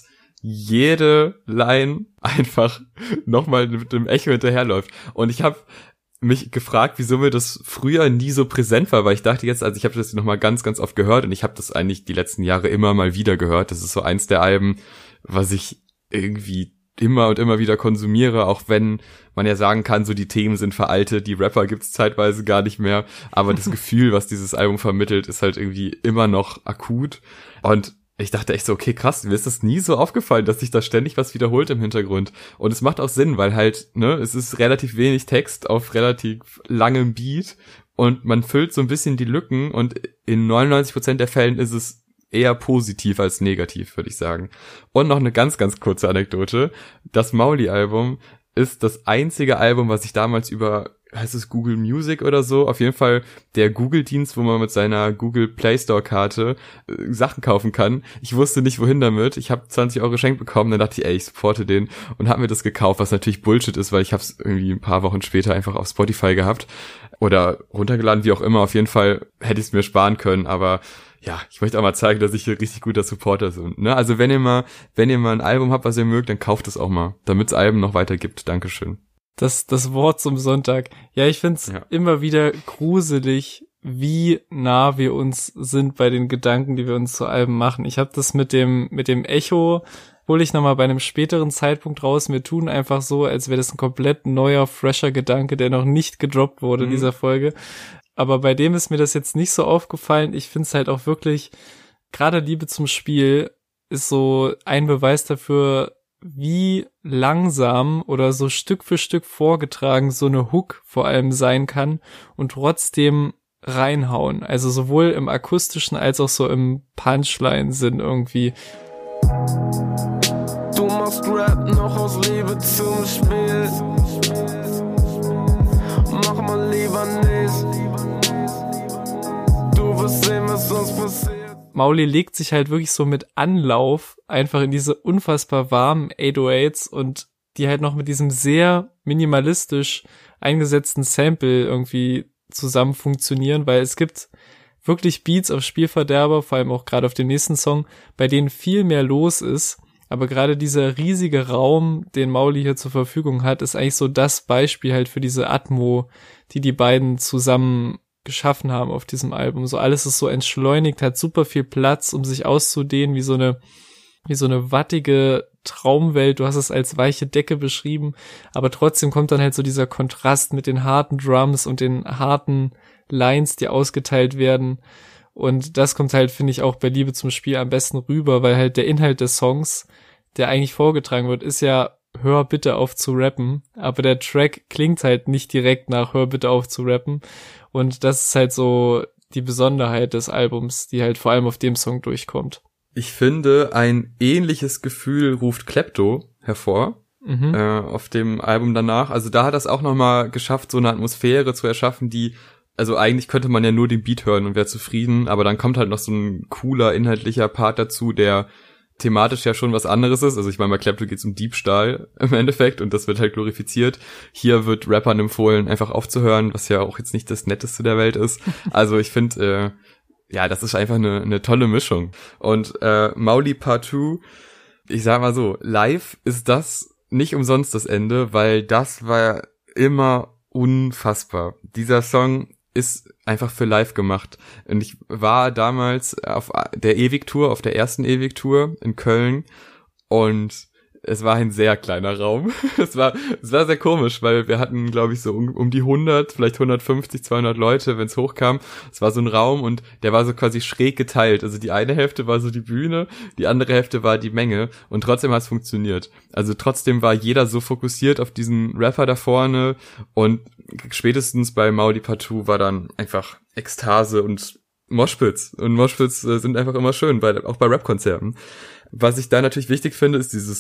jede Line einfach nochmal mit dem Echo hinterherläuft. Und ich habe mich gefragt, wieso mir das früher nie so präsent war, weil ich dachte jetzt, also ich habe das nochmal ganz, ganz oft gehört und ich habe das eigentlich die letzten Jahre immer mal wieder gehört. Das ist so eins der Alben, was ich irgendwie immer und immer wieder konsumiere, auch wenn man ja sagen kann, so die Themen sind veraltet, die Rapper gibt's zeitweise gar nicht mehr, aber das Gefühl, was dieses Album vermittelt, ist halt irgendwie immer noch akut und ich dachte echt so, okay, krass, mir ist das nie so aufgefallen, dass sich da ständig was wiederholt im Hintergrund. Und es macht auch Sinn, weil halt, ne, es ist relativ wenig Text auf relativ langem Beat und man füllt so ein bisschen die Lücken und in neunundneunzig Prozent der Fällen ist es eher positiv als negativ, würde ich sagen. Und noch eine ganz, ganz kurze Anekdote. Das Mauli-Album ist das einzige Album, was ich damals über, heißt es Google Music oder so, auf jeden Fall der Google-Dienst, wo man mit seiner Google Play Store-Karte äh, Sachen kaufen kann. Ich wusste nicht, wohin damit. Ich habe zwanzig Euro geschenkt bekommen, dann dachte ich, ey, ich supporte den und habe mir das gekauft, was natürlich Bullshit ist, weil ich habe es irgendwie ein paar Wochen später einfach auf Spotify gehabt oder runtergeladen, wie auch immer. Auf jeden Fall hätte ich es mir sparen können, aber ja, ich möchte auch mal zeigen, dass ich hier richtig guter Supporter bin. Ne? Also wenn ihr mal, wenn ihr mal ein Album habt, was ihr mögt, dann kauft es auch mal, damit es Alben noch weiter gibt. Dankeschön. Das, das Wort zum Sonntag. Ja, ich find's ja. immer wieder gruselig, wie nah wir uns sind bei den Gedanken, die wir uns zu Alben machen. Ich habe das mit dem, mit dem Echo, hole ich nochmal bei einem späteren Zeitpunkt raus. Wir tun einfach so, als wäre das ein komplett neuer, fresher Gedanke, der noch nicht gedroppt wurde mhm. in dieser Folge. Aber bei dem ist mir das jetzt nicht so aufgefallen. Ich find's halt auch wirklich, gerade Liebe zum Spiel ist so ein Beweis dafür, wie langsam oder so Stück für Stück vorgetragen so eine Hook vor allem sein kann und trotzdem reinhauen. Also sowohl im akustischen als auch so im Punchline-Sinn irgendwie. Du machst Rap noch aus Liebe zum Spiel. Mach mal lieber nicht. Du wirst sehen, was sonst passiert. Mauli legt sich halt wirklich so mit Anlauf einfach in diese unfassbar warmen acht null achts und die halt noch mit diesem sehr minimalistisch eingesetzten Sample irgendwie zusammen funktionieren, weil es gibt wirklich Beats auf Spielverderber, vor allem auch gerade auf dem nächsten Song, bei denen viel mehr los ist, aber gerade dieser riesige Raum, den Mauli hier zur Verfügung hat, ist eigentlich so das Beispiel halt für diese Atmo, die die beiden zusammen geschaffen haben auf diesem Album. So alles ist so entschleunigt, hat super viel Platz, um sich auszudehnen, wie so eine, wie so eine wattige Traumwelt. Du hast es als weiche Decke beschrieben, aber trotzdem kommt dann halt so dieser Kontrast mit den harten Drums und den harten Lines, die ausgeteilt werden. Und das kommt halt, finde ich, auch bei Liebe zum Spiel am besten rüber, weil halt der Inhalt des Songs, der eigentlich vorgetragen wird, ist ja hör bitte auf zu rappen, aber der Track klingt halt nicht direkt nach hör bitte auf zu rappen und das ist halt so die Besonderheit des Albums, die halt vor allem auf dem Song durchkommt. Ich finde, ein ähnliches Gefühl ruft Klepto hervor, mhm. äh, auf dem Album danach. Also da hat er es auch nochmal geschafft, so eine Atmosphäre zu erschaffen, die, also eigentlich könnte man ja nur den Beat hören und wäre zufrieden, aber dann kommt halt noch so ein cooler inhaltlicher Part dazu, der thematisch ja schon was anderes ist. Also ich meine, bei Klepto geht's um Diebstahl im Endeffekt und das wird halt glorifiziert. Hier wird Rappern empfohlen, einfach aufzuhören, was ja auch jetzt nicht das Netteste der Welt ist. Also ich finde, äh, ja, das ist einfach eine, eine tolle Mischung. Und äh, Mauli Part zwei, ich sag mal so, live ist das nicht umsonst das Ende, weil das war immer unfassbar. Dieser Song ist einfach für live gemacht. Und ich war damals auf der Ewig-Tour, auf der ersten Ewig-Tour in Köln und es war ein sehr kleiner Raum. Es war, es war sehr komisch, weil wir hatten, glaube ich, so um, um die hundert, vielleicht hundertfünfzig, zweihundert Leute, wenn es hochkam. Es war so ein Raum und der war so quasi schräg geteilt. Also die eine Hälfte war so die Bühne, die andere Hälfte war die Menge und trotzdem hat es funktioniert. Also trotzdem war jeder so fokussiert auf diesen Rapper da vorne und spätestens bei Mauli Part zwei war dann einfach Ekstase und Moshpits. Und Moshpits äh, sind einfach immer schön, bei, auch bei Rap-Konzerten. Was ich da natürlich wichtig finde, ist dieses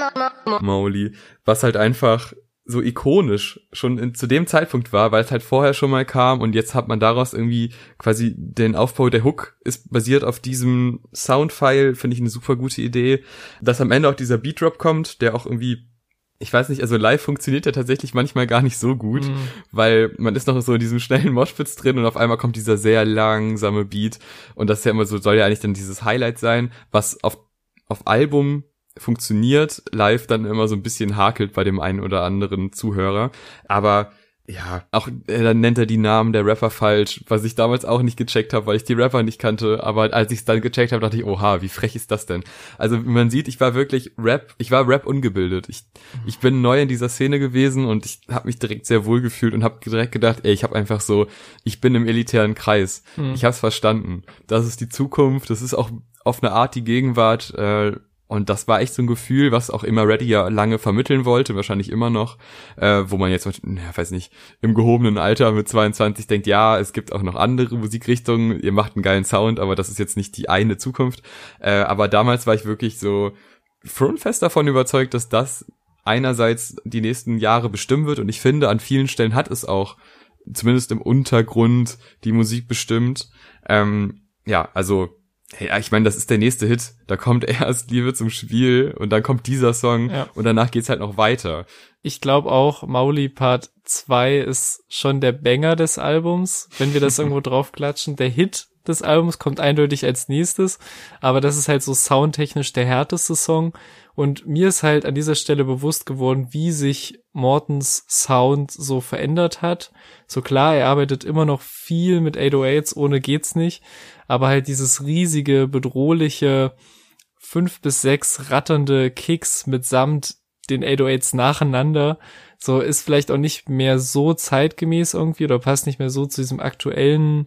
Mauli, was halt einfach so ikonisch schon in, zu dem Zeitpunkt war, weil es halt vorher schon mal kam und jetzt hat man daraus irgendwie quasi den Aufbau, der Hook ist basiert auf diesem Soundfile, finde ich eine super gute Idee, dass am Ende auch dieser Beatdrop kommt, der auch irgendwie, ich weiß nicht, also live funktioniert der tatsächlich manchmal gar nicht so gut, mhm. weil man ist noch so in diesem schnellen Moshpits drin und auf einmal kommt dieser sehr langsame Beat und das ist ja immer so, soll ja eigentlich dann dieses Highlight sein, was auf auf Album funktioniert, live dann immer so ein bisschen hakelt bei dem einen oder anderen Zuhörer. Aber ja, auch äh, dann nennt er die Namen der Rapper falsch, was ich damals auch nicht gecheckt habe, weil ich die Rapper nicht kannte. Aber als ich es dann gecheckt habe, dachte ich, oha, wie frech ist das denn? Also man sieht, ich war wirklich Rap, ich war Rap ungebildet. Ich ich bin neu in dieser Szene gewesen und ich habe mich direkt sehr wohl gefühlt und habe direkt gedacht, ey, ich habe einfach so, ich bin im elitären Kreis. Mhm. Ich habe es verstanden. Das ist die Zukunft, das ist auch auf eine Art die Gegenwart, äh, und das war echt so ein Gefühl, was auch immer Reddy ja lange vermitteln wollte, wahrscheinlich immer noch, äh, wo man jetzt, ja, weiß nicht, im gehobenen Alter mit zweiundzwanzig denkt, ja, es gibt auch noch andere Musikrichtungen, ihr macht einen geilen Sound, aber das ist jetzt nicht die eine Zukunft. Äh, aber damals war ich wirklich so schon fest davon überzeugt, dass das einerseits die nächsten Jahre bestimmen wird und ich finde, an vielen Stellen hat es auch, zumindest im Untergrund, die Musik bestimmt. Ähm, ja, also hey, ich meine, das ist der nächste Hit. Da kommt erst Liebe zum Spiel und dann kommt dieser Song ja. Und danach geht's halt noch weiter. Ich glaube auch, Mauli Part zwei ist schon der Banger des Albums, wenn wir das irgendwo draufklatschen. Der Hit des Albums kommt eindeutig als nächstes, aber das ist halt so soundtechnisch der härteste Song. Und mir ist halt an dieser Stelle bewusst geworden, wie sich Mortens Sound so verändert hat. So klar, er arbeitet immer noch viel mit acht null achts, ohne geht's nicht. Aber halt dieses riesige, bedrohliche, fünf bis sechs ratternde Kicks mitsamt den acht null achts nacheinander, so ist vielleicht auch nicht mehr so zeitgemäß irgendwie oder passt nicht mehr so zu diesem aktuellen,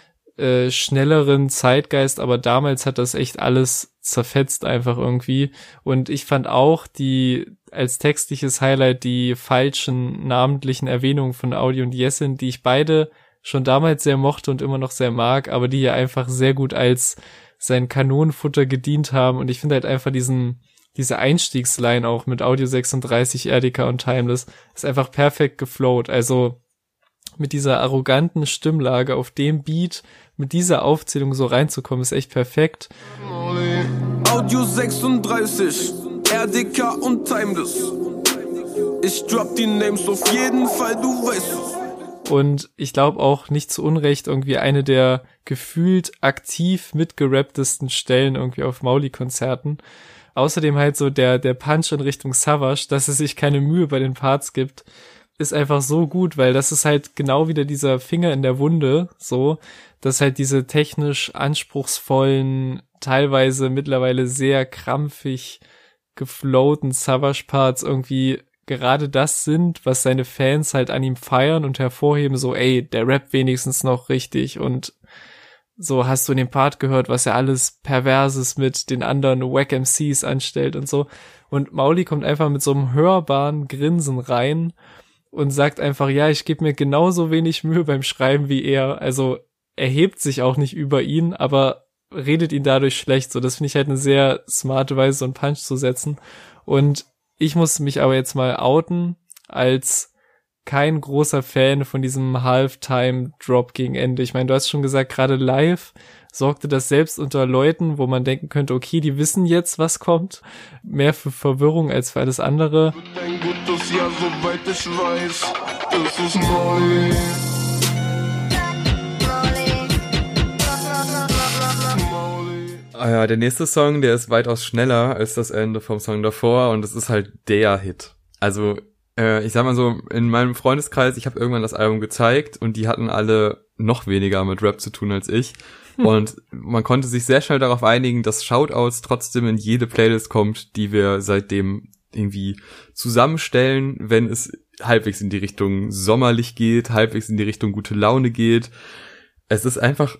äh, schnelleren Zeitgeist, aber damals hat das echt alles zerfetzt einfach irgendwie. Und ich fand auch die, als textliches Highlight, die falschen namentlichen Erwähnungen von Audi und Jessin, die ich beide schon damals sehr mochte und immer noch sehr mag, aber die ja einfach sehr gut als sein Kanonenfutter gedient haben. Und ich finde halt einfach diesen, diese Einstiegsline auch mit Audio sechsunddreißig, R D K und Timeless ist einfach perfekt geflowt. Also mit dieser arroganten Stimmlage auf dem Beat, mit dieser Aufzählung so reinzukommen, ist echt perfekt. Audio sechsunddreißig, R D K und Timeless. Ich drop die Names auf jeden Fall, du weißt es. Und ich glaube auch nicht zu Unrecht irgendwie eine der gefühlt aktiv mitgerapptesten Stellen irgendwie auf Mauli-Konzerten. Außerdem halt so der der Punch in Richtung Savage, dass es sich keine Mühe bei den Parts gibt, ist einfach so gut, weil das ist halt genau wieder dieser Finger in der Wunde, so, dass halt diese technisch anspruchsvollen, teilweise mittlerweile sehr krampfig geflowten Savage-Parts irgendwie gerade das sind, was seine Fans halt an ihm feiern und hervorheben, so, ey, der rappt wenigstens noch richtig und so hast du in dem Part gehört, was er alles Perverses mit den anderen Wack M Cs anstellt und so. Und Mauli kommt einfach mit so einem hörbaren Grinsen rein und sagt einfach, ja, ich gebe mir genauso wenig Mühe beim Schreiben wie er. Also er hebt sich auch nicht über ihn, aber redet ihn dadurch schlecht. So, das finde ich halt eine sehr smarte Weise, so einen Punch zu setzen. Und ich muss mich aber jetzt mal outen als kein großer Fan von diesem Halftime-Drop gegen Ende. Ich meine, du hast schon gesagt, gerade live sorgte das selbst unter Leuten, wo man denken könnte, okay, die wissen jetzt, was kommt, mehr für Verwirrung als für alles andere. Ein gutes Jahr, soweit ich weiß, das ist Molly. Ah ja, der nächste Song, der ist weitaus schneller als das Ende vom Song davor und es ist halt der Hit. Also, äh, ich sag mal so, in meinem Freundeskreis, ich habe irgendwann das Album gezeigt und die hatten alle noch weniger mit Rap zu tun als ich. Hm. Und man konnte sich sehr schnell darauf einigen, dass Shoutouts trotzdem in jede Playlist kommt, die wir seitdem irgendwie zusammenstellen, wenn es halbwegs in die Richtung sommerlich geht, halbwegs in die Richtung gute Laune geht. Es ist einfach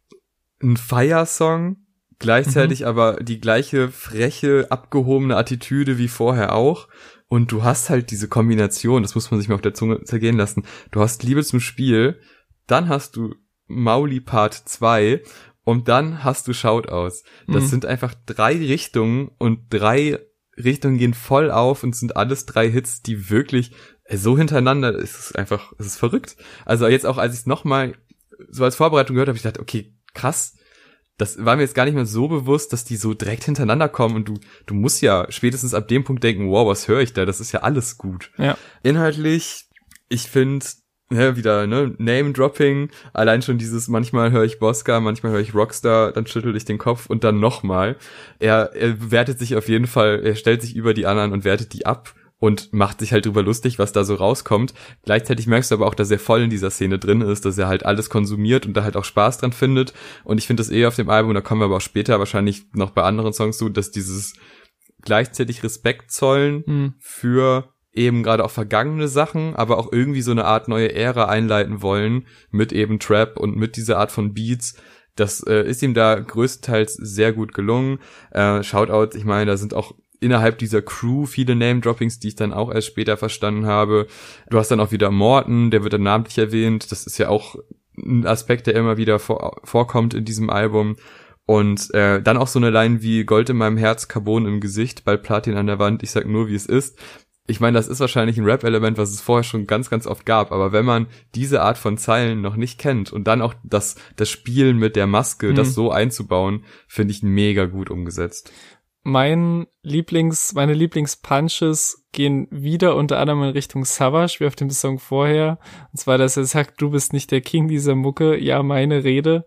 ein Feiersong, gleichzeitig mhm. aber die gleiche freche, abgehobene Attitüde wie vorher auch. Und du hast halt diese Kombination, das muss man sich mal auf der Zunge zergehen lassen. Du hast Liebe zum Spiel, dann hast du Mauli Part zwei und dann hast du Shoutouts. Das mhm. sind einfach drei Richtungen und drei Richtungen gehen voll auf und sind alles drei Hits, die wirklich so hintereinander, es ist einfach, es ist verrückt. Also jetzt auch, als ich es nochmal so als Vorbereitung gehört habe, ich dachte, okay, krass, das war mir jetzt gar nicht mehr so bewusst, dass die so direkt hintereinander kommen und du du musst ja spätestens ab dem Punkt denken, wow, was höre ich da? Das ist ja alles gut. Ja. Inhaltlich, ich finde, ja, wieder, ne, Name-Dropping, allein schon dieses, manchmal höre ich Bosca, manchmal höre ich Rockstar, dann schüttel ich den Kopf und dann nochmal. Er, er wertet sich auf jeden Fall, er stellt sich über die anderen und wertet die ab und macht sich halt drüber lustig, was da so rauskommt. Gleichzeitig merkst du aber auch, dass er voll in dieser Szene drin ist, dass er halt alles konsumiert und da halt auch Spaß dran findet. Und ich finde das eh auf dem Album, da kommen wir aber auch später wahrscheinlich noch bei anderen Songs zu, dass dieses gleichzeitig Respekt zollen hm. für eben gerade auch vergangene Sachen, aber auch irgendwie so eine Art neue Ära einleiten wollen mit eben Trap und mit dieser Art von Beats. Das äh, ist ihm da größtenteils sehr gut gelungen. Äh, Shoutout, ich meine, da sind auch innerhalb dieser Crew viele Name-Droppings, die ich dann auch erst später verstanden habe. Du hast dann auch wieder Morten, der wird dann namentlich erwähnt. Das ist ja auch ein Aspekt, der immer wieder vor, vorkommt in diesem Album. Und äh, dann auch so eine Line wie Gold in meinem Herz, Carbon im Gesicht, bald Platin an der Wand, ich sag nur, wie es ist. Ich meine, das ist wahrscheinlich ein Rap-Element, was es vorher schon ganz, ganz oft gab. Aber wenn man diese Art von Zeilen noch nicht kennt und dann auch das, das Spielen mit der Maske, mhm. das so einzubauen, finde ich mega gut umgesetzt. Mein Lieblings, meine Lieblings-Punches gehen wieder unter anderem in Richtung Savage, wie auf dem Song vorher. Und zwar, dass er sagt, du bist nicht der King dieser Mucke, ja, meine Rede.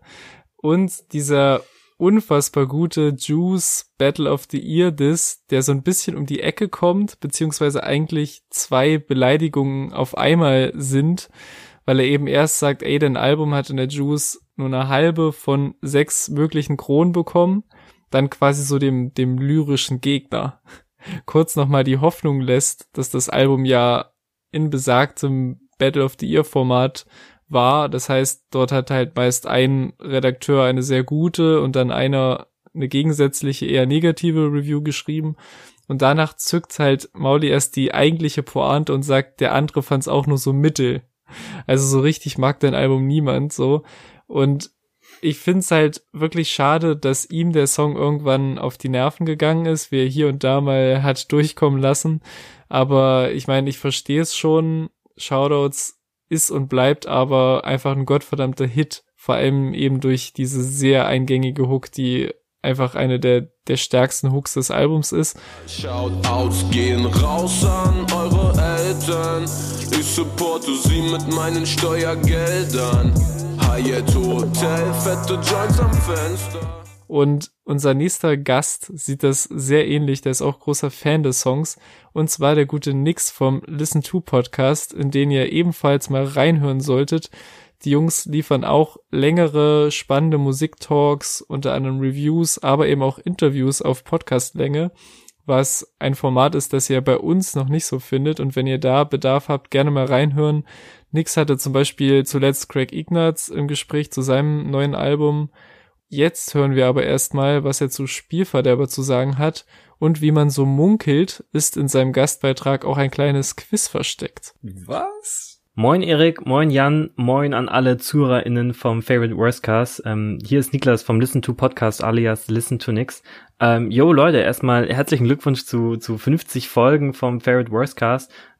Und dieser unfassbar gute Juice Battle of the Year Diss, der so ein bisschen um die Ecke kommt, beziehungsweise eigentlich zwei Beleidigungen auf einmal sind, weil er eben erst sagt, ey, dein Album hat in der Juice nur eine halbe von sechs möglichen Kronen bekommen, dann quasi so dem dem lyrischen Gegner kurz nochmal die Hoffnung lässt, dass das Album ja in besagtem Battle of the Year Format war. Das heißt, dort hat halt meist ein Redakteur eine sehr gute und dann einer eine gegensätzliche, eher negative Review geschrieben. Und danach zückt halt Mauli erst die eigentliche Pointe und sagt, der andere fand's auch nur so mittel. Also so richtig mag dein Album niemand, so. Und ich find's halt wirklich schade, dass ihm der Song irgendwann auf die Nerven gegangen ist, wie er hier und da mal hat durchkommen lassen. Aber ich meine, ich verstehe es schon. Shoutouts ist und bleibt aber einfach ein gottverdammter Hit. Vor allem eben durch diese sehr eingängige Hook, die einfach eine der der stärksten Hooks des Albums ist. Shoutouts gehen raus an eure Eltern. Ich supporte sie mit meinen Steuergeldern. Hyatt Hotel, fette Joints am Fenster. Und unser nächster Gast sieht das sehr ähnlich, der ist auch großer Fan des Songs, und zwar der gute Nix vom Listen to Podcast, in den ihr ebenfalls mal reinhören solltet. Die Jungs liefern auch längere, spannende Musiktalks, unter anderem Reviews, aber eben auch Interviews auf Podcastlänge, was ein Format ist, das ihr bei uns noch nicht so findet. Und wenn ihr da Bedarf habt, gerne mal reinhören. Nix hatte zum Beispiel zuletzt Craig Ignatz im Gespräch zu seinem neuen Album. Jetzt hören wir aber erstmal, was er zu Spielverderber zu sagen hat. Und wie man so munkelt, ist in seinem Gastbeitrag auch ein kleines Quiz versteckt. Was? Moin Erik, moin Jan, moin an alle ZuhörerInnen vom Favorite Worstcast. Ähm, hier ist Niklas vom Listen to Podcast alias Listen to Nix. Ähm, yo Leute, erstmal herzlichen Glückwunsch zu zu fünfzig Folgen vom Favorite Worstcast.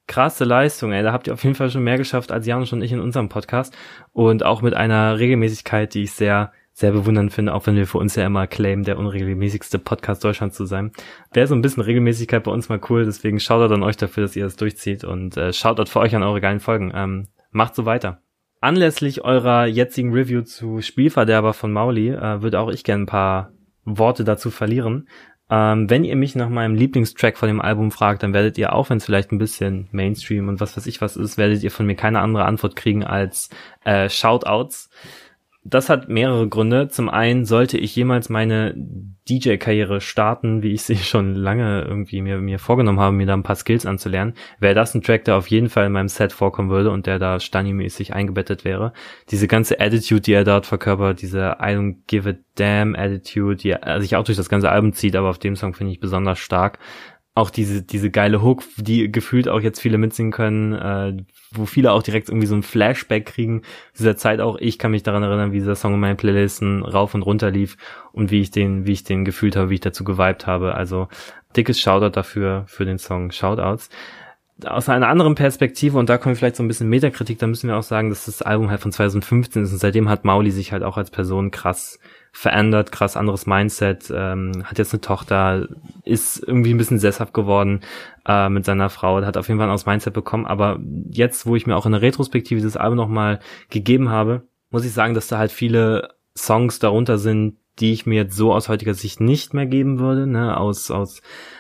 krasse Leistung, ey. Da habt ihr auf jeden Fall schon mehr geschafft als Janusz und ich in unserem Podcast. Und auch mit einer Regelmäßigkeit, die ich sehr, sehr bewundernd finde, auch wenn wir für uns ja immer claimen, der unregelmäßigste Podcast Deutschlands zu sein. Wäre so ein bisschen Regelmäßigkeit bei uns mal cool, deswegen Shoutout an euch dafür, dass ihr das durchzieht und äh, Shoutout für euch an eure geilen Folgen. Ähm, macht so weiter. Anlässlich eurer jetzigen Review zu Spielverderber von Mauli äh, würde auch ich gerne ein paar Worte dazu verlieren. Ähm, wenn ihr mich nach meinem Lieblingstrack von dem Album fragt, dann werdet ihr, auch wenn es vielleicht ein bisschen Mainstream und was weiß ich was ist, werdet ihr von mir keine andere Antwort kriegen als äh, Shoutouts. Das hat mehrere Gründe. Zum einen sollte ich jemals meine D J-Karriere starten, wie ich sie schon lange irgendwie mir, mir vorgenommen habe, mir da ein paar Skills anzulernen, wäre das ein Track, der auf jeden Fall in meinem Set vorkommen würde und der da Stani-mäßig eingebettet wäre. Diese ganze Attitude, die er dort verkörpert, diese I don't give a damn Attitude, die er sich auch durch das ganze Album zieht, aber auf dem Song finde ich besonders stark. Auch diese diese geile Hook, die gefühlt auch jetzt viele mitsingen können, äh, wo viele auch direkt irgendwie so ein Flashback kriegen. Dieser Zeit auch, ich kann mich daran erinnern, wie dieser Song in meinen Playlisten rauf und runter lief und wie ich den wie ich den gefühlt habe, wie ich dazu geweibt habe. Also dickes Shoutout dafür, für den Song Shoutouts. Aus einer anderen Perspektive, und da kommt vielleicht so ein bisschen Metakritik, da müssen wir auch sagen, dass das Album halt von zwanzig fünfzehn ist und seitdem hat Mauli sich halt auch als Person krass verändert, krass anderes Mindset, ähm, hat jetzt eine Tochter, ist irgendwie ein bisschen sesshaft geworden äh, mit seiner Frau, hat auf jeden Fall ein anderes Mindset bekommen, aber jetzt, wo ich mir auch in der Retrospektive dieses Album nochmal gegeben habe, muss ich sagen, dass da halt viele Songs darunter sind, die ich mir jetzt so aus heutiger Sicht nicht mehr geben würde, ne, aus, aus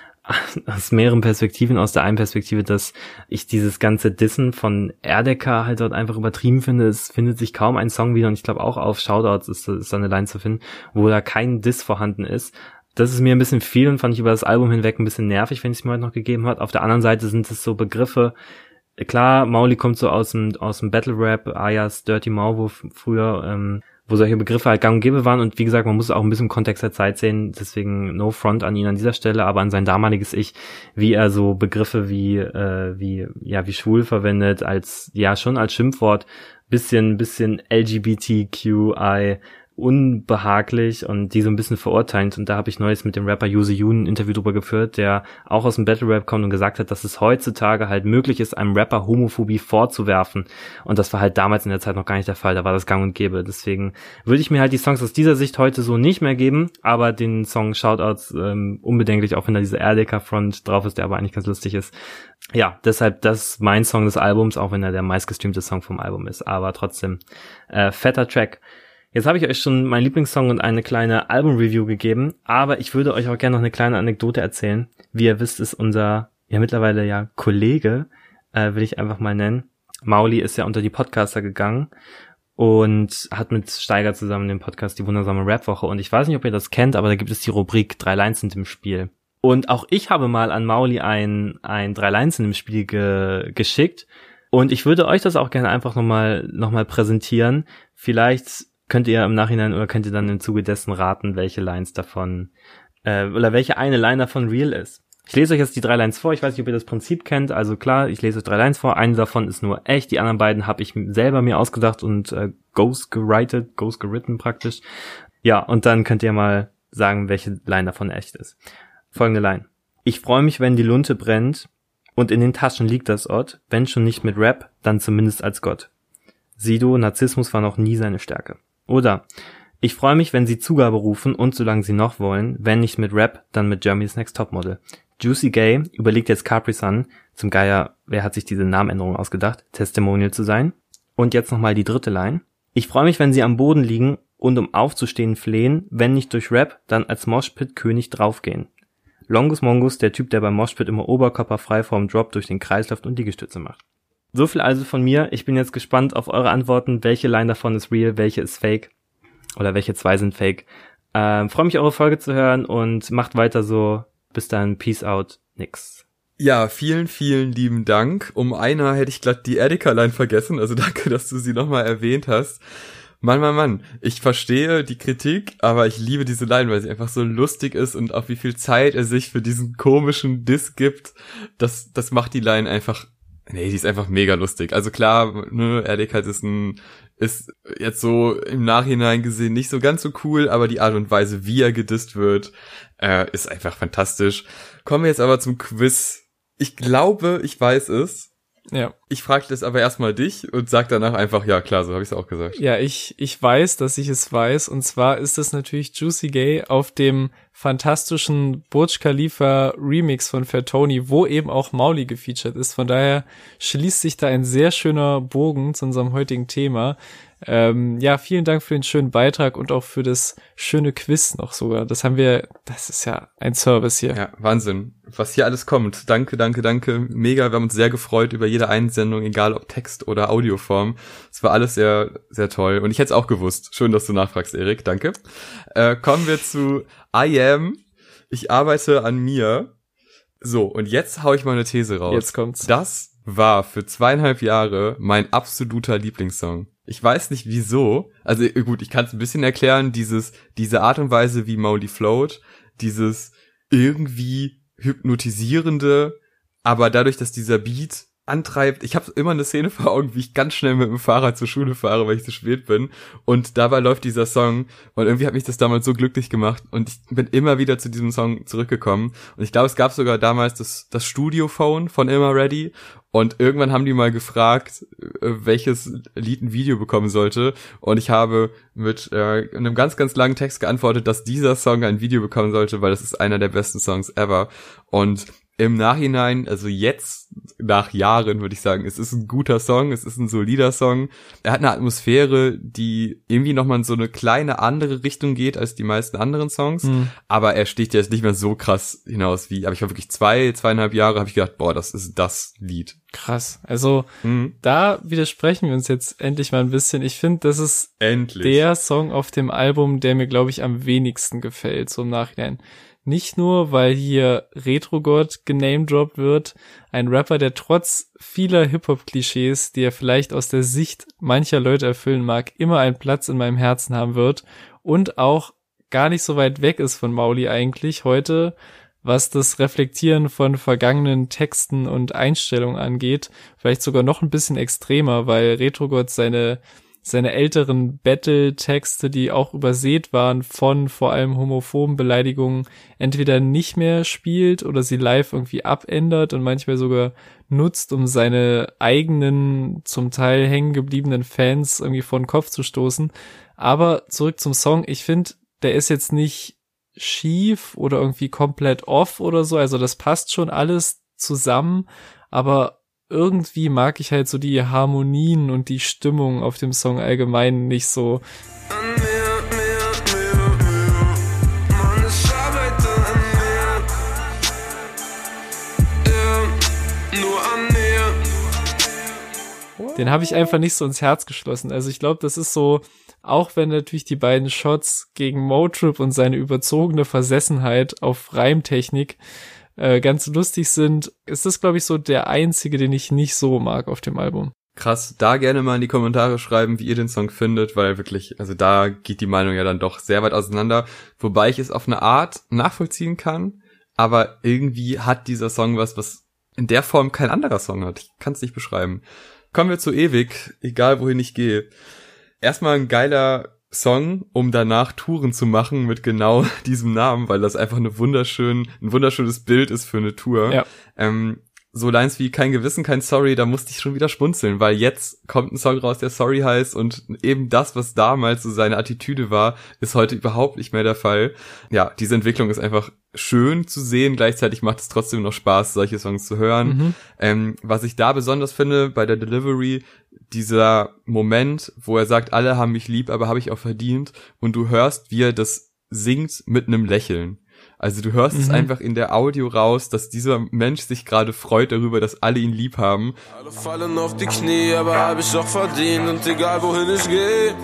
aus mehreren Perspektiven, aus der einen Perspektive, dass ich dieses ganze Dissen von Erdecker halt dort einfach übertrieben finde. Es findet sich kaum ein Song wieder und ich glaube auch auf Shoutouts ist, ist da eine Line zu finden, wo da kein Diss vorhanden ist. Das ist mir ein bisschen viel und fand ich über das Album hinweg ein bisschen nervig, wenn es mir heute noch gegeben hat. Auf der anderen Seite sind es so Begriffe, klar, Mauli kommt so aus dem aus dem Battle Rap, Ayas Dirty Maulwurf früher, ähm, wo solche Begriffe halt gang und gäbe waren und wie gesagt, man muss auch ein bisschen im Kontext der Zeit sehen, deswegen no front an ihn an dieser Stelle, aber an sein damaliges Ich, wie er so Begriffe wie äh, wie ja wie schwul verwendet, als ja schon als Schimpfwort, bisschen bisschen L G B T Q I unbehaglich und die so ein bisschen verurteilend. Und da habe ich neues mit dem Rapper Yuzi Yoon ein Interview drüber geführt, der auch aus dem Battle Rap kommt und gesagt hat, dass es heutzutage halt möglich ist, einem Rapper Homophobie vorzuwerfen. Und das war halt damals in der Zeit noch gar nicht der Fall. Da war das gang und gäbe. Deswegen würde ich mir halt die Songs aus dieser Sicht heute so nicht mehr geben, aber den Song Shoutouts ähm, unbedenklich, auch wenn da diese R D K-Front drauf ist, der aber eigentlich ganz lustig ist. Ja, deshalb das ist mein Song des Albums, auch wenn er der meistgestreamte Song vom Album ist. Aber trotzdem äh, fetter Track. Jetzt habe ich euch schon meinen Lieblingssong und eine kleine Album-Review gegeben, aber ich würde euch auch gerne noch eine kleine Anekdote erzählen. Wie ihr wisst, ist unser, ja mittlerweile ja Kollege, äh, will ich einfach mal nennen. Mauli ist ja unter die Podcaster gegangen und hat mit Steiger zusammen den Podcast Die wundersame Rap-Woche. Und ich weiß nicht, ob ihr das kennt, aber da gibt es die Rubrik Drei Lines sind im Spiel. Und auch ich habe mal an Mauli ein, ein Drei Lines sind im Spiel ge- geschickt. Und ich würde euch das auch gerne einfach nochmal, nochmal präsentieren. Vielleicht könnt ihr im Nachhinein oder könnt ihr dann im Zuge dessen raten, welche Lines davon, äh, oder welche eine Line davon real ist. Ich lese euch jetzt die drei Lines vor, ich weiß nicht, ob ihr das Prinzip kennt, also klar, ich lese euch drei Lines vor, eine davon ist nur echt, die anderen beiden habe ich selber mir ausgedacht und äh, ghostgewritet, ghostgewritten praktisch. Ja, und dann könnt ihr mal sagen, welche Line davon echt ist. Folgende Line. Ich freue mich, wenn die Lunte brennt und in den Taschen liegt das Ort, wenn schon nicht mit Rap, dann zumindest als Gott. Sido, Narzissmus war noch nie seine Stärke. Oder, ich freue mich, wenn sie Zugabe rufen und solange sie noch wollen, wenn nicht mit Rap, dann mit Germany's Next Topmodel. Juicy Gay überlegt jetzt Capri Sun, zum Geier, wer hat sich diese Namenänderung ausgedacht, Testimonial zu sein. Und jetzt nochmal die dritte Line. Ich freue mich, wenn sie am Boden liegen und um aufzustehen flehen, wenn nicht durch Rap, dann als Moshpit-König draufgehen. Longus Mongus, der Typ, der beim Moshpit immer oberkörperfrei vorm Drop durch den Kreis läuft und Liegestütze macht. So viel also von mir. Ich bin jetzt gespannt auf eure Antworten. Welche Line davon ist real, welche ist fake? Oder welche zwei sind fake? Ähm, freue mich, eure Folge zu hören und macht weiter so. Bis dann. Peace out. Nix. Ja, vielen, vielen lieben Dank. Um einer hätte ich glatt die Erika-Line vergessen. Also danke, dass du sie nochmal erwähnt hast. Mann, Mann, Mann. Ich verstehe die Kritik, aber ich liebe diese Line, weil sie einfach so lustig ist und auf wie viel Zeit er sich für diesen komischen Diss gibt. Das, das macht die Line einfach. Nee, die ist einfach mega lustig. Also klar, ne, R D K ist ein, ist jetzt so im Nachhinein gesehen nicht so ganz so cool, aber die Art und Weise, wie er gedisst wird, äh, ist einfach fantastisch. Kommen wir jetzt aber zum Quiz. Ich glaube, ich weiß es. Ja. Ich frage das aber erstmal dich und sag danach einfach, ja klar, so habe ich es auch gesagt. Ja, ich ich weiß, dass ich es weiß. Und zwar ist es natürlich Juicy Gay auf dem fantastischen Burj Khalifa Remix von Fat Tony, wo eben auch Mauli gefeatured ist. Von daher schließt sich da ein sehr schöner Bogen zu unserem heutigen Thema. Ähm, ja, vielen Dank für den schönen Beitrag und auch für das schöne Quiz noch sogar. Das haben wir, das ist ja ein Service hier. Ja, Wahnsinn. Was hier alles kommt. Danke, danke, danke. Mega, wir haben uns sehr gefreut über jede Einsendung, egal ob Text oder Audioform. Es war alles sehr, sehr toll. Und ich hätte es auch gewusst. Schön, dass du nachfragst, Erik. Danke. Äh, kommen wir zu I Am. Ich arbeite an mir. So, und jetzt hau ich mal eine These raus. Jetzt kommt's. Das war für zweieinhalb Jahre mein absoluter Lieblingssong. Ich weiß nicht wieso. Also gut, ich kann es ein bisschen erklären. Dieses, diese Art und Weise, wie Mauli float, dieses irgendwie hypnotisierende, aber dadurch, dass dieser Beat antreibt. Ich habe immer eine Szene vor Augen, wie ich ganz schnell mit dem Fahrrad zur Schule fahre, weil ich zu spät bin. Und dabei läuft dieser Song und irgendwie hat mich das damals so glücklich gemacht und ich bin immer wieder zu diesem Song zurückgekommen. Und ich glaube, es gab sogar damals das, das Studiophone von Immer Ready und irgendwann haben die mal gefragt, welches Lied ein Video bekommen sollte. Und ich habe mit äh, einem ganz, ganz langen Text geantwortet, dass dieser Song ein Video bekommen sollte, weil das ist einer der besten Songs ever. Und im Nachhinein, also jetzt, nach Jahren, würde ich sagen, es ist ein guter Song, es ist ein solider Song. Er hat eine Atmosphäre, die irgendwie nochmal in so eine kleine andere Richtung geht als die meisten anderen Songs. Mhm. Aber er sticht jetzt nicht mehr so krass hinaus wie, aber ich war wirklich zwei, zweieinhalb Jahre, habe ich gedacht, boah, das ist das Lied. Krass. Also, mhm. da widersprechen wir uns jetzt endlich mal ein bisschen. Ich finde, das ist endlich der Song auf dem Album, der mir, glaube ich, am wenigsten gefällt, so im Nachhinein. Nicht nur, weil hier Retrogod genamedroppt wird, ein Rapper, der trotz vieler Hip-Hop-Klischees, die er vielleicht aus der Sicht mancher Leute erfüllen mag, immer einen Platz in meinem Herzen haben wird und auch gar nicht so weit weg ist von Mauli eigentlich heute, was das Reflektieren von vergangenen Texten und Einstellungen angeht. Vielleicht sogar noch ein bisschen extremer, weil Retrogod seine seine älteren Battle-Texte, die auch übersät waren von vor allem homophoben Beleidigungen, entweder nicht mehr spielt oder sie live irgendwie abändert und manchmal sogar nutzt, um seine eigenen, zum Teil hängen gebliebenen Fans irgendwie vor den Kopf zu stoßen. Aber zurück zum Song. Ich finde, der ist jetzt nicht schief oder irgendwie komplett off oder so. Also das passt schon alles zusammen, aber irgendwie mag ich halt so die Harmonien und die Stimmung auf dem Song allgemein nicht so. Den habe ich einfach nicht so ins Herz geschlossen. Also ich glaube, das ist so, auch wenn natürlich die beiden Shots gegen Motrip und seine überzogene Versessenheit auf Reimtechnik Äh, ganz lustig sind, ist das, glaube ich, so der einzige, den ich nicht so mag auf dem Album. Krass, da gerne mal in die Kommentare schreiben, wie ihr den Song findet, weil wirklich, also da geht die Meinung ja dann doch sehr weit auseinander, wobei ich es auf eine Art nachvollziehen kann, aber irgendwie hat dieser Song was, was in der Form kein anderer Song hat. Ich kann es nicht beschreiben. Kommen wir zu Ewig, egal wohin ich gehe. Erstmal ein geiler Song, um danach Touren zu machen mit genau diesem Namen, weil das einfach eine wunderschön, ein wunderschönes Bild ist für eine Tour. Ja. Ähm, so Lines wie Kein Gewissen, kein Sorry, da musste ich schon wieder schmunzeln, weil jetzt kommt ein Song raus, der Sorry heißt und eben das, was damals so seine Attitüde war, ist heute überhaupt nicht mehr der Fall. Ja, diese Entwicklung ist einfach schön zu sehen, gleichzeitig macht es trotzdem noch Spaß, solche Songs zu hören. Mhm. Ähm, was ich da besonders finde bei der Delivery, dieser Moment, wo er sagt, alle haben mich lieb, aber habe ich auch verdient und du hörst, wie er das singt mit einem Lächeln. Also du hörst mhm. es einfach in der Audio raus, dass dieser Mensch sich gerade freut darüber, dass alle ihn lieb haben. Alle fallen auf die Knie, aber hab ich auch verdient und egal wohin ich gehe.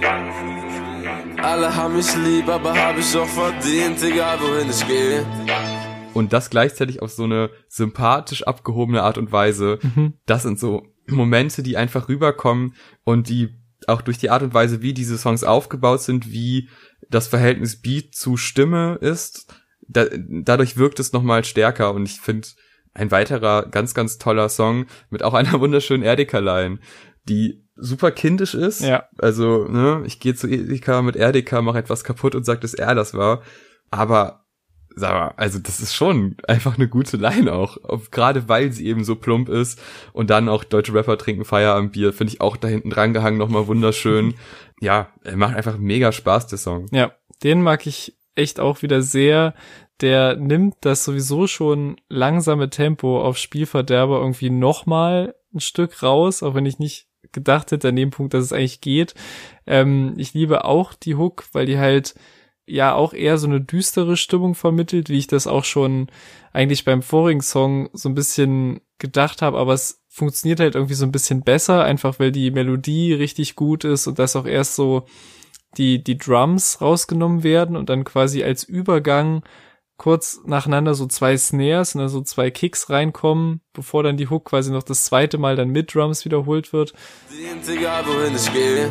Alle haben mich lieb, aber hab ich auch verdient, egal wohin ich gehe. Und das gleichzeitig auf so eine sympathisch abgehobene Art und Weise. Mhm. Das sind so Momente, die einfach rüberkommen und die auch durch die Art und Weise, wie diese Songs aufgebaut sind, wie das Verhältnis Beat zu Stimme ist, da, dadurch wirkt es nochmal stärker und ich finde ein weiterer ganz, ganz toller Song mit auch einer wunderschönen Erdeka-Line, die super kindisch ist. Ja. Also, ne, ich gehe zu Edeka mit Erdeka, mache etwas kaputt und sage, dass er das war, aber sag mal, also das ist schon einfach eine gute Line auch, gerade weil sie eben so plump ist und dann auch deutsche Rapper trinken Feierabendbier, finde ich auch da hinten dran gehangen nochmal wunderschön. Ja, er macht einfach mega Spaß, der Song. Ja, den mag ich echt auch wieder sehr. Der nimmt das sowieso schon langsame Tempo auf Spielverderber irgendwie nochmal ein Stück raus, auch wenn ich nicht gedacht hätte an dem Punkt, dass es eigentlich geht. Ähm, ich liebe auch die Hook, weil die halt ja auch eher so eine düstere Stimmung vermittelt, wie ich das auch schon eigentlich beim vorigen Song so ein bisschen gedacht habe, aber es funktioniert halt irgendwie so ein bisschen besser, einfach weil die Melodie richtig gut ist und dass auch erst so die die Drums rausgenommen werden und dann quasi als Übergang kurz nacheinander so zwei Snares und dann so zwei Kicks reinkommen, bevor dann die Hook quasi noch das zweite Mal dann mit Drums wiederholt wird. Egal wohin ich gehe,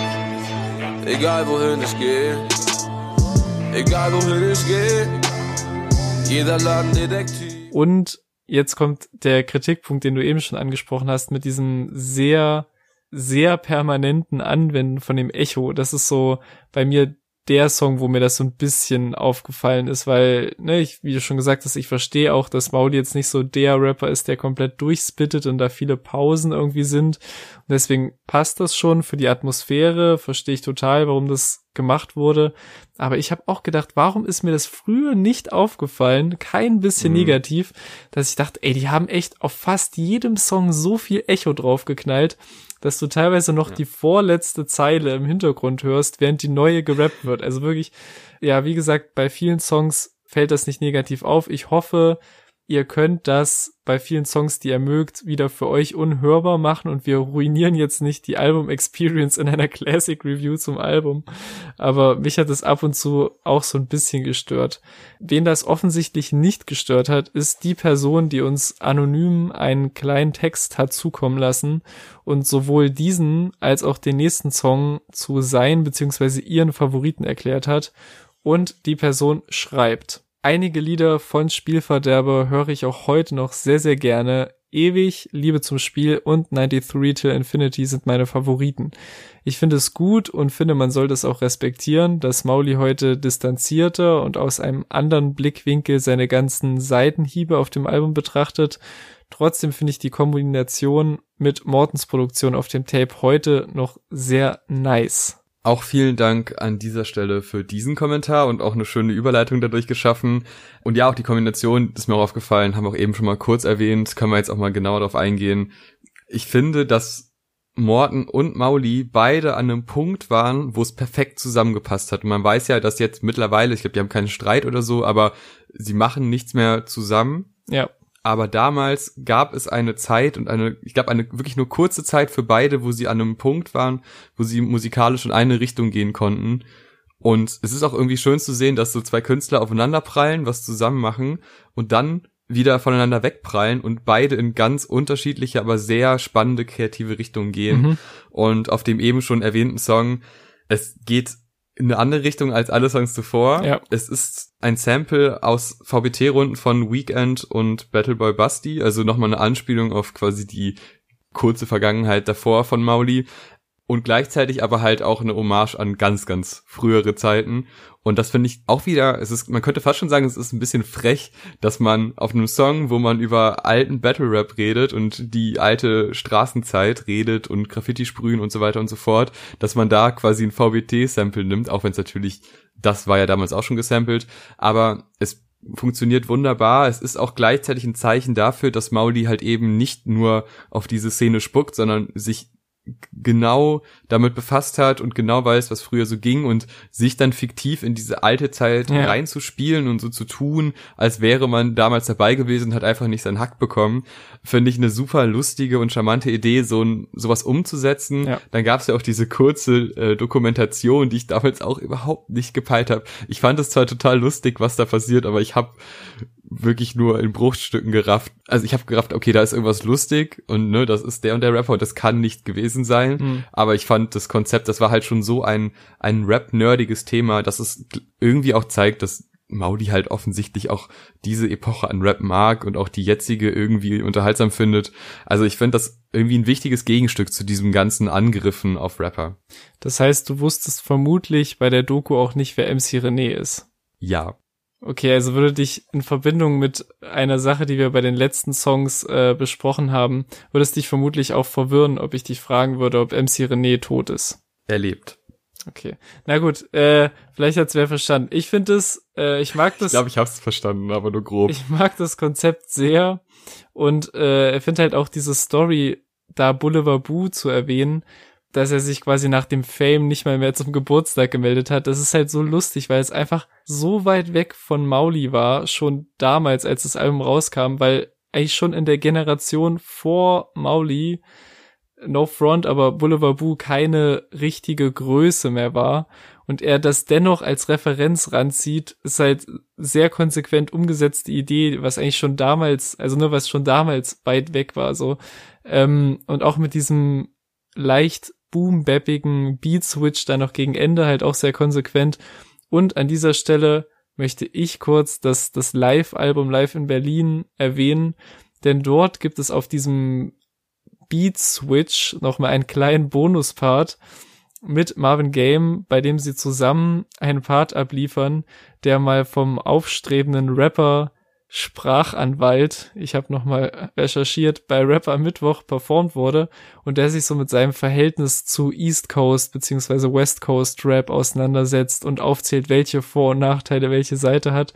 egal wohin ich gehe, egal wohin ich gehe, jeder Ladendetektiv. Und jetzt kommt der Kritikpunkt, den du eben schon angesprochen hast, mit diesem sehr, sehr permanenten Anwenden von dem Echo. Das ist so bei mir der Song, wo mir das so ein bisschen aufgefallen ist, weil, ne, ich, wie du schon gesagt hast, ich verstehe auch, dass Mauly jetzt nicht so der Rapper ist, der komplett durchspittet und da viele Pausen irgendwie sind. Und deswegen passt das schon für die Atmosphäre, verstehe ich total, warum das gemacht wurde. Aber ich habe auch gedacht, warum ist mir das früher nicht aufgefallen, kein bisschen mhm. negativ, dass ich dachte, ey, die haben echt auf fast jedem Song so viel Echo draufgeknallt, dass du teilweise noch ja. die vorletzte Zeile im Hintergrund hörst, während die neue gerappt wird. Also wirklich, ja, wie gesagt, bei vielen Songs fällt das nicht negativ auf. Ich hoffe, ihr könnt das bei vielen Songs, die ihr mögt, wieder für euch unhörbar machen und wir ruinieren jetzt nicht die Album-Experience in einer Classic-Review zum Album. Aber mich hat es ab und zu auch so ein bisschen gestört. Wen das offensichtlich nicht gestört hat, ist die Person, die uns anonym einen kleinen Text hat zukommen lassen und sowohl diesen als auch den nächsten Song zu sein bzw. ihren Favoriten erklärt hat. Und die Person schreibt: Einige Lieder von Spielverderber höre ich auch heute noch sehr, sehr gerne. Ewig, Liebe zum Spiel und neununddreißig Till Infinity sind meine Favoriten. Ich finde es gut und finde, man soll das auch respektieren, dass Mauly heute distanzierter und aus einem anderen Blickwinkel seine ganzen Seitenhiebe auf dem Album betrachtet. Trotzdem finde ich die Kombination mit Mortens Produktion auf dem Tape heute noch sehr nice. Auch vielen Dank an dieser Stelle für diesen Kommentar und auch eine schöne Überleitung dadurch geschaffen. Und ja, auch die Kombination ist mir auch aufgefallen, haben wir auch eben schon mal kurz erwähnt, können wir jetzt auch mal genauer darauf eingehen. Ich finde, dass Morten und Mauly beide an einem Punkt waren, wo es perfekt zusammengepasst hat. Und man weiß ja, dass jetzt mittlerweile, ich glaube, die haben keinen Streit oder so, aber sie machen nichts mehr zusammen. Ja. Aber damals gab es eine Zeit und eine, ich glaube, eine wirklich nur kurze Zeit für beide, wo sie an einem Punkt waren, wo sie musikalisch in eine Richtung gehen konnten. Und es ist auch irgendwie schön zu sehen, dass so zwei Künstler aufeinanderprallen, was zusammen machen und dann wieder voneinander wegprallen und beide in ganz unterschiedliche, aber sehr spannende kreative Richtungen gehen. Mhm. Und auf dem eben schon erwähnten Song, es geht in eine andere Richtung als alle Songs zuvor. Ja. Es ist ein Sample aus V B T-Runden von Weekend und Battleboy Busty, also nochmal eine Anspielung auf quasi die kurze Vergangenheit davor von Mauly und gleichzeitig aber halt auch eine Hommage an ganz, ganz frühere Zeiten. Und das finde ich auch wieder, es ist, man könnte fast schon sagen, es ist ein bisschen frech, dass man auf einem Song, wo man über alten Battle-Rap redet und die alte Straßenzeit redet und Graffiti sprühen und so weiter und so fort, dass man da quasi ein V B T-Sample nimmt, auch wenn es natürlich, das war ja damals auch schon gesampelt, aber es funktioniert wunderbar. Es ist auch gleichzeitig ein Zeichen dafür, dass Mauly halt eben nicht nur auf diese Szene spuckt, sondern sich genau damit befasst hat und genau weiß, was früher so ging und sich dann fiktiv in diese alte Zeit ja. reinzuspielen und so zu tun, als wäre man damals dabei gewesen und hat einfach nicht seinen Hack bekommen, finde ich eine super lustige und charmante Idee, so ein sowas umzusetzen. Ja. Dann gab es ja auch diese kurze äh, Dokumentation, die ich damals auch überhaupt nicht gepeilt habe. Ich fand es zwar total lustig, was da passiert, aber ich habe wirklich nur in Bruchstücken gerafft. Also ich habe gerafft, okay, da ist irgendwas lustig und ne, das ist der und der Rapper und das kann nicht gewesen sein. Mhm. Aber ich fand das Konzept, das war halt schon so ein ein Rap-nerdiges Thema, dass es irgendwie auch zeigt, dass Mauly halt offensichtlich auch diese Epoche an Rap mag und auch die jetzige irgendwie unterhaltsam findet. Also ich finde das irgendwie ein wichtiges Gegenstück zu diesem ganzen Angriffen auf Rapper. Das heißt, du wusstest vermutlich bei der Doku auch nicht, wer M C René ist. Ja. Okay, also würde dich in Verbindung mit einer Sache, die wir bei den letzten Songs äh, besprochen haben, würde es dich vermutlich auch verwirren, ob ich dich fragen würde, ob M C René tot ist. Er lebt. Okay, na gut, äh, vielleicht hat's wer verstanden. Ich finde es, äh, ich mag das. Ich glaube, ich hab's verstanden, aber nur grob. Ich mag das Konzept sehr und äh, ich finde halt auch diese Story, da Boulevard Boo zu erwähnen, dass er sich quasi nach dem Fame nicht mal mehr zum Geburtstag gemeldet hat. Das ist halt so lustig, weil es einfach so weit weg von Mauli war, schon damals, als das Album rauskam, weil eigentlich schon in der Generation vor Mauli, no front, aber Boulevard Boo keine richtige Größe mehr war und er das dennoch als Referenz ranzieht, ist halt sehr konsequent umgesetzte Idee, was eigentlich schon damals, also nur was schon damals weit weg war, so. Ähm, und auch mit diesem leicht boom-bappigen Beat-Switch dann noch gegen Ende halt auch sehr konsequent. Und an dieser Stelle möchte ich kurz das, das Live-Album Live in Berlin erwähnen, denn dort gibt es auf diesem Beat-Switch nochmal einen kleinen Bonuspart mit Marvin Game, bei dem sie zusammen einen Part abliefern, der mal vom aufstrebenden Rapper Sprachanwalt, ich habe nochmal recherchiert, bei Rapper Mittwoch performt wurde und der sich so mit seinem Verhältnis zu East Coast bzw. West Coast Rap auseinandersetzt und aufzählt, welche Vor- und Nachteile welche Seite hat.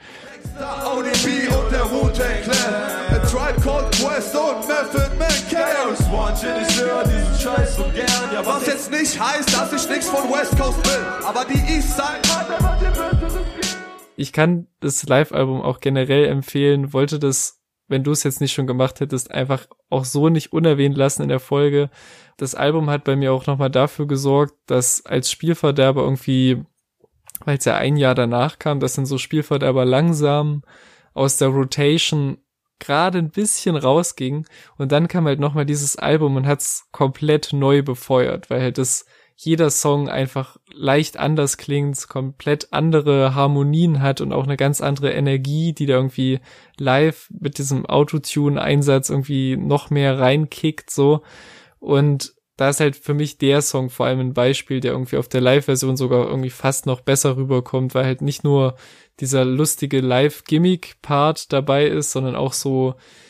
Was jetzt nicht heißt, dass ich nichts von West Coast will, aber die East Side hat immer den Böse. Ich kann das Live-Album auch generell empfehlen, wollte das, wenn du es jetzt nicht schon gemacht hättest, einfach auch so nicht unerwähnt lassen in der Folge. Das Album hat bei mir auch nochmal dafür gesorgt, dass als Spielverderber irgendwie, weil es ja ein Jahr danach kam, dass dann so Spielverderber langsam aus der Rotation gerade ein bisschen rausging und dann kam halt nochmal dieses Album und hat's komplett neu befeuert, weil halt das jeder Song einfach leicht anders klingt, komplett andere Harmonien hat und auch eine ganz andere Energie, die da irgendwie live mit diesem Autotune-Einsatz irgendwie noch mehr reinkickt, so. Und da ist halt für mich der Song vor allem ein Beispiel, der irgendwie auf der Live-Version sogar irgendwie fast noch besser rüberkommt, weil halt nicht nur dieser lustige Live-Gimmick-Part dabei ist, sondern auch so,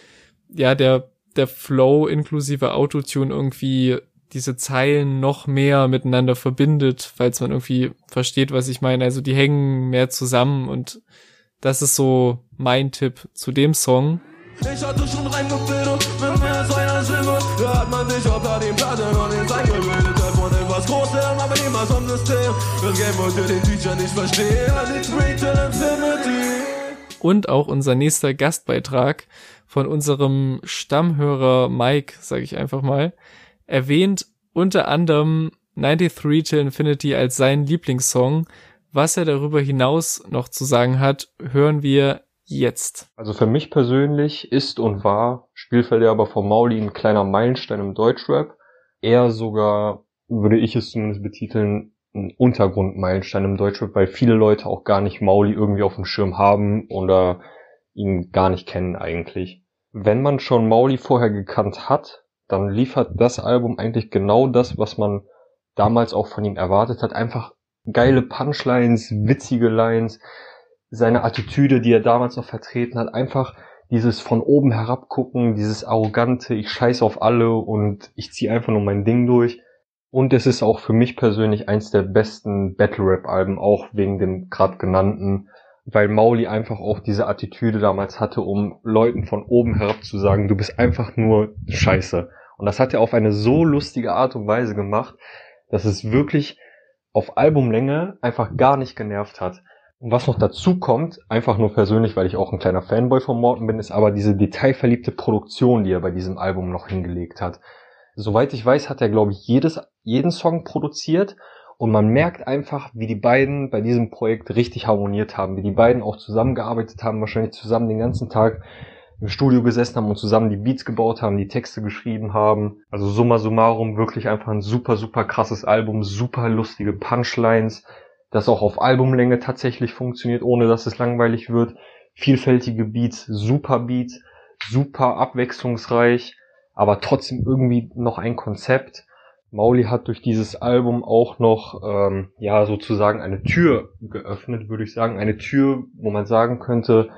ja, der, der Flow inklusive Autotune irgendwie diese Zeilen noch mehr miteinander verbindet, falls man irgendwie versteht, was ich meine. Also die hängen mehr zusammen und das ist so mein Tipp zu dem Song. Ich hatte schon reingebildet, mit mehr als einer Silbe. Da hat man sich auf den Platte und den Sein gebildet. Von etwas Großem, aber niemals um das System. Das Game wollte den Teacher nicht verstehen. It's great till infinity. Und auch unser nächster Gastbeitrag von unserem Stammhörer Mike, sage ich einfach mal, erwähnt unter anderem neununddreißig Till Infinity als seinen Lieblingssong. Was er darüber hinaus noch zu sagen hat, hören wir jetzt. Also für mich persönlich ist und war Spielverderber von Mauli ein kleiner Meilenstein im Deutschrap. Eher sogar, würde ich es zumindest betiteln, ein Untergrundmeilenstein im Deutschrap, weil viele Leute auch gar nicht Mauli irgendwie auf dem Schirm haben oder ihn gar nicht kennen eigentlich. Wenn man schon Mauli vorher gekannt hat, dann liefert das Album eigentlich genau das, was man damals auch von ihm erwartet hat. Einfach geile Punchlines, witzige Lines, seine Attitüde, die er damals noch vertreten hat. Einfach dieses von oben herab gucken, dieses arrogante, ich scheiß auf alle und ich zieh einfach nur mein Ding durch. Und es ist auch für mich persönlich eins der besten Battle-Rap-Alben, auch wegen dem gerade genannten, weil Mauli einfach auch diese Attitüde damals hatte, um Leuten von oben herab zu sagen, du bist einfach nur scheiße. Und das hat er auf eine so lustige Art und Weise gemacht, dass es wirklich auf Albumlänge einfach gar nicht genervt hat. Und was noch dazu kommt, einfach nur persönlich, weil ich auch ein kleiner Fanboy von Morten bin, ist aber diese detailverliebte Produktion, die er bei diesem Album noch hingelegt hat. Soweit ich weiß, hat er, glaube ich, jedes, jeden Song produziert. Und man merkt einfach, wie die beiden bei diesem Projekt richtig harmoniert haben, wie die beiden auch zusammengearbeitet haben, wahrscheinlich zusammen den ganzen Tag im Studio gesessen haben und zusammen die Beats gebaut haben, die Texte geschrieben haben. Also summa summarum wirklich einfach ein super, super krasses Album, super lustige Punchlines, das auch auf Albumlänge tatsächlich funktioniert, ohne dass es langweilig wird. Vielfältige Beats, super Beats, super abwechslungsreich, aber trotzdem irgendwie noch ein Konzept. Mauli hat durch dieses Album auch noch, ähm, ja, sozusagen eine Tür geöffnet, würde ich sagen. Eine Tür, wo man sagen könnte,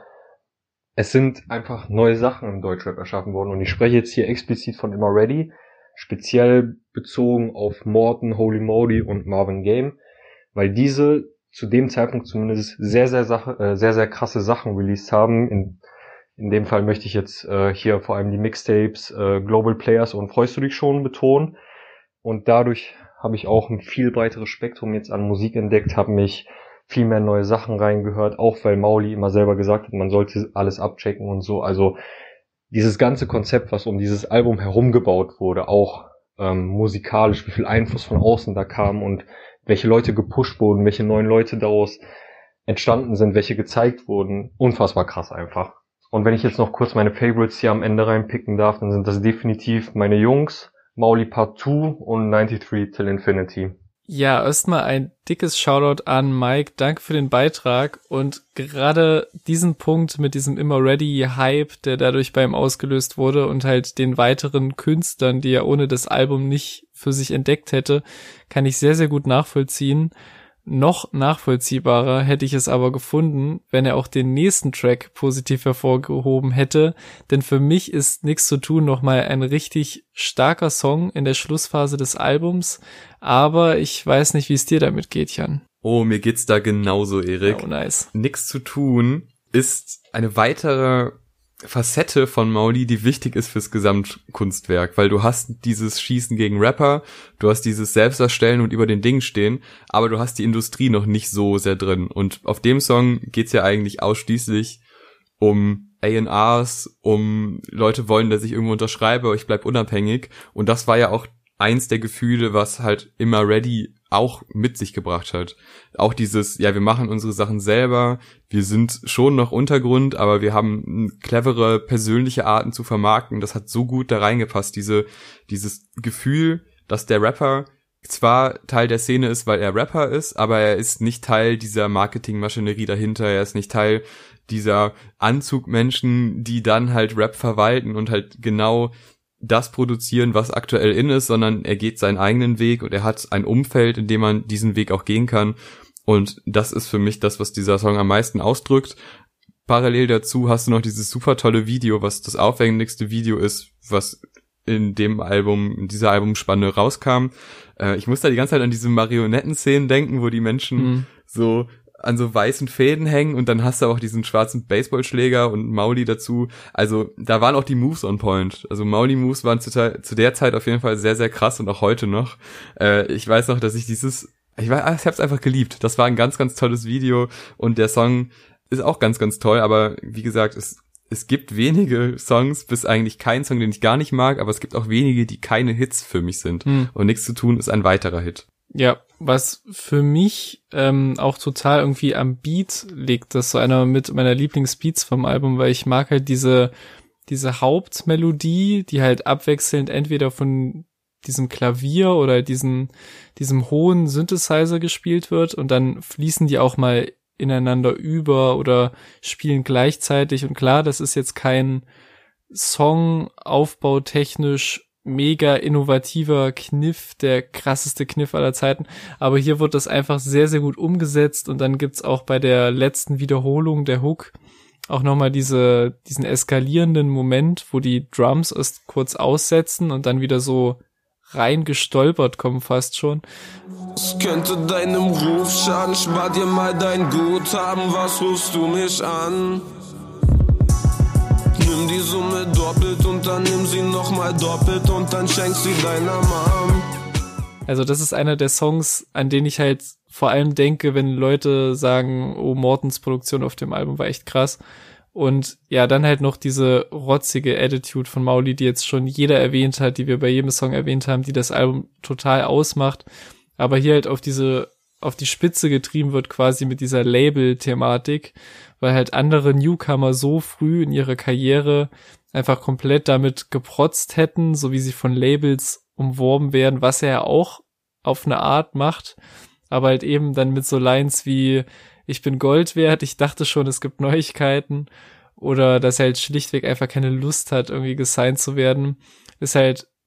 es sind einfach neue Sachen im Deutschrap erschaffen worden. Und ich spreche jetzt hier explizit von Immer Ready, speziell bezogen auf Morten, Holy Moly und Marvin Game, weil diese zu dem Zeitpunkt zumindest sehr, sehr, Sache, äh, sehr, sehr krasse Sachen released haben. In, in dem Fall möchte ich jetzt äh, hier vor allem die Mixtapes äh, Global Players und Freust du dich schon betonen. Und dadurch habe ich auch ein viel breiteres Spektrum jetzt an Musik entdeckt, habe mich viel mehr neue Sachen reingehört, auch weil Mauli immer selber gesagt hat, man sollte alles abchecken und so. Also dieses ganze Konzept, was um dieses Album herumgebaut wurde, auch ähm, musikalisch, wie viel Einfluss von außen da kam und welche Leute gepusht wurden, welche neuen Leute daraus entstanden sind, welche gezeigt wurden, unfassbar krass einfach. Und wenn ich jetzt noch kurz meine Favorites hier am Ende reinpicken darf, dann sind das definitiv meine Jungs, Mauli Part zwei und neununddreißig Till Infinity. Ja, erstmal ein dickes Shoutout an Mike. Danke für den Beitrag. Und gerade diesen Punkt mit diesem Immer Ready Hype, der dadurch bei ihm ausgelöst wurde und halt den weiteren Künstlern, die er ohne das Album nicht für sich entdeckt hätte, kann ich sehr, sehr gut nachvollziehen. Noch nachvollziehbarer hätte ich es aber gefunden, wenn er auch den nächsten Track positiv hervorgehoben hätte, denn für mich ist Nix zu tun nochmal ein richtig starker Song in der Schlussphase des Albums, aber ich weiß nicht, wie es dir damit geht, Jan. Oh, mir geht's da genauso, Erik. Oh, nice. Nix zu tun ist eine weitere Facette von Mauli, die wichtig ist fürs Gesamtkunstwerk, weil du hast dieses Schießen gegen Rapper, du hast dieses Selbsterstellen und über den Dingen stehen, aber du hast die Industrie noch nicht so sehr drin. Und auf dem Song geht's ja eigentlich ausschließlich um A and Rs, um Leute wollen, dass ich irgendwo unterschreibe, ich bleib unabhängig. Und das war ja auch eins der Gefühle, was halt Immer Ready auch mit sich gebracht hat. Auch dieses, ja, wir machen unsere Sachen selber, wir sind schon noch Untergrund, aber wir haben clevere, persönliche Arten zu vermarkten. Das hat so gut da reingepasst, diese dieses Gefühl, dass der Rapper zwar Teil der Szene ist, weil er Rapper ist, aber er ist nicht Teil dieser Marketingmaschinerie dahinter, er ist nicht Teil dieser Anzugmenschen, die dann halt Rap verwalten und halt genau das produzieren, was aktuell in ist, sondern er geht seinen eigenen Weg und er hat ein Umfeld, in dem man diesen Weg auch gehen kann. Und das ist für mich das, was dieser Song am meisten ausdrückt. Parallel dazu hast du noch dieses super tolle Video, was das aufwendigste Video ist, was in dem Album, in dieser Albumspanne rauskam. Äh, ich muss da die ganze Zeit an diese Marionettenszenen denken, wo die Menschen mhm. so an so weißen Fäden hängen und dann hast du auch diesen schwarzen Baseballschläger und Mauli dazu. Also da waren auch die Moves on point. Also Mauli-Moves waren zu, zu der Zeit auf jeden Fall sehr, sehr krass und auch heute noch. Äh, ich weiß noch, dass ich dieses, ich, weiß, ich hab's einfach geliebt. Das war ein ganz, ganz tolles Video und der Song ist auch ganz, ganz toll, aber wie gesagt, es es gibt wenige Songs, bis eigentlich kein Song, den ich gar nicht mag, aber es gibt auch wenige, die keine Hits für mich sind. Hm. Und Nix zu tun ist ein weiterer Hit. Ja, was für mich ähm, auch total irgendwie am Beat liegt, das ist so einer mit meiner Lieblingsbeats vom Album, weil ich mag halt diese diese Hauptmelodie, die halt abwechselnd entweder von diesem Klavier oder diesem diesem hohen Synthesizer gespielt wird und dann fließen die auch mal ineinander über oder spielen gleichzeitig. Und klar, das ist jetzt kein Song aufbautechnisch mega innovativer Kniff, der krasseste Kniff aller Zeiten, aber hier wird das einfach sehr, sehr gut umgesetzt und dann gibt's auch bei der letzten Wiederholung der Hook auch nochmal diese, diesen eskalierenden Moment, wo die Drums erst kurz aussetzen und dann wieder so rein gestolpert kommen fast schon. Es könnte deinem Ruf schaden, spar dir mal dein Guthaben, was rufst du mich an? Nimm die Summe doppelt und dann nimm sie nochmal doppelt und dann schenk sie deiner Mom. Also das ist einer der Songs, an den ich halt vor allem denke, wenn Leute sagen, oh, Mortens Produktion auf dem Album war echt krass. Und ja, dann halt noch diese rotzige Attitude von Mauli, die jetzt schon jeder erwähnt hat, die wir bei jedem Song erwähnt haben, die das Album total ausmacht. Aber hier halt auf diese, auf die Spitze getrieben wird quasi mit dieser Label-Thematik, weil halt andere Newcomer so früh in ihrer Karriere einfach komplett damit geprotzt hätten, so wie sie von Labels umworben werden, was er ja auch auf eine Art macht, aber halt eben dann mit so Lines wie ich bin Gold wert, ich dachte schon, es gibt Neuigkeiten oder dass er halt schlichtweg einfach keine Lust hat, irgendwie gesigned zu werden, ist halt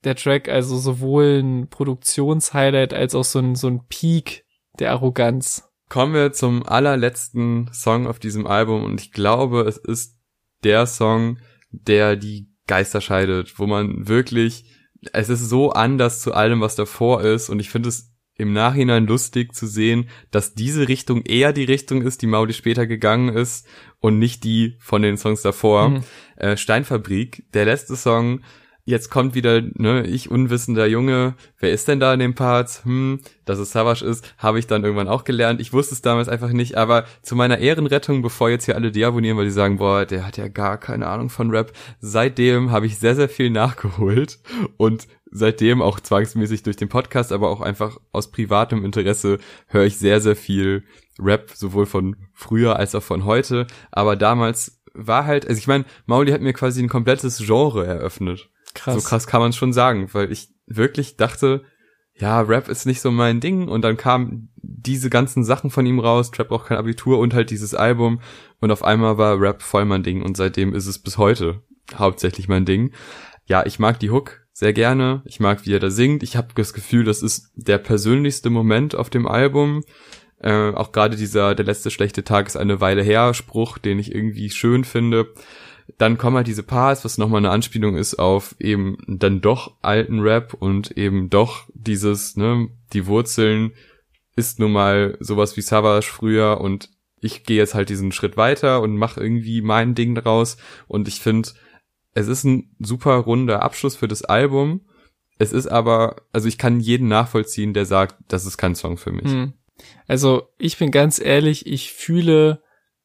der Track also sowohl ein Produktionshighlight als auch so ein, so ein Peak der Arroganz. Kommen wir zum allerletzten Song auf diesem Album und ich glaube, es ist der Song, der die Geister scheidet, wo man wirklich, es ist so anders zu allem, was davor ist und ich finde es im Nachhinein lustig zu sehen, dass diese Richtung eher die Richtung ist, die Mauli später gegangen ist und nicht die von den Songs davor. Mhm. Äh, Steinfabrik, der letzte Song, jetzt kommt wieder, ne, ich unwissender Junge, wer ist denn da in den Parts? Hm, dass es Savage ist, habe ich dann irgendwann auch gelernt. Ich wusste es damals einfach nicht, aber zu meiner Ehrenrettung, bevor jetzt hier alle deabonnieren, weil die sagen, boah, der hat ja gar keine Ahnung von Rap, seitdem habe ich sehr, sehr viel nachgeholt und seitdem auch zwangsmäßig durch den Podcast, aber auch einfach aus privatem Interesse höre ich sehr, sehr viel Rap, sowohl von früher als auch von heute, aber damals war halt, also ich meine, Mauli hat mir quasi ein komplettes Genre eröffnet. Krass. So krass kann man es schon sagen, weil ich wirklich dachte, ja, Rap ist nicht so mein Ding und dann kamen diese ganzen Sachen von ihm raus, Trap auch kein Abitur und halt dieses Album und auf einmal war Rap voll mein Ding und seitdem ist es bis heute hauptsächlich mein Ding. Ja, ich mag die Hook sehr gerne, ich mag, wie er da singt, ich habe das Gefühl, das ist der persönlichste Moment auf dem Album, äh, auch gerade dieser, der letzte schlechte Tag ist eine Weile her Spruch, den ich irgendwie schön finde. Dann kommen halt diese Parts, was nochmal eine Anspielung ist auf eben dann doch alten Rap und eben doch dieses, ne, die Wurzeln ist nun mal sowas wie Savage früher und ich gehe jetzt halt diesen Schritt weiter und mache irgendwie mein Ding draus und ich finde, es ist ein super runder Abschluss für das Album. Es ist aber, also ich kann jeden nachvollziehen, der sagt, das ist kein Song für mich. Hm. Also ich bin ganz ehrlich, ich fühle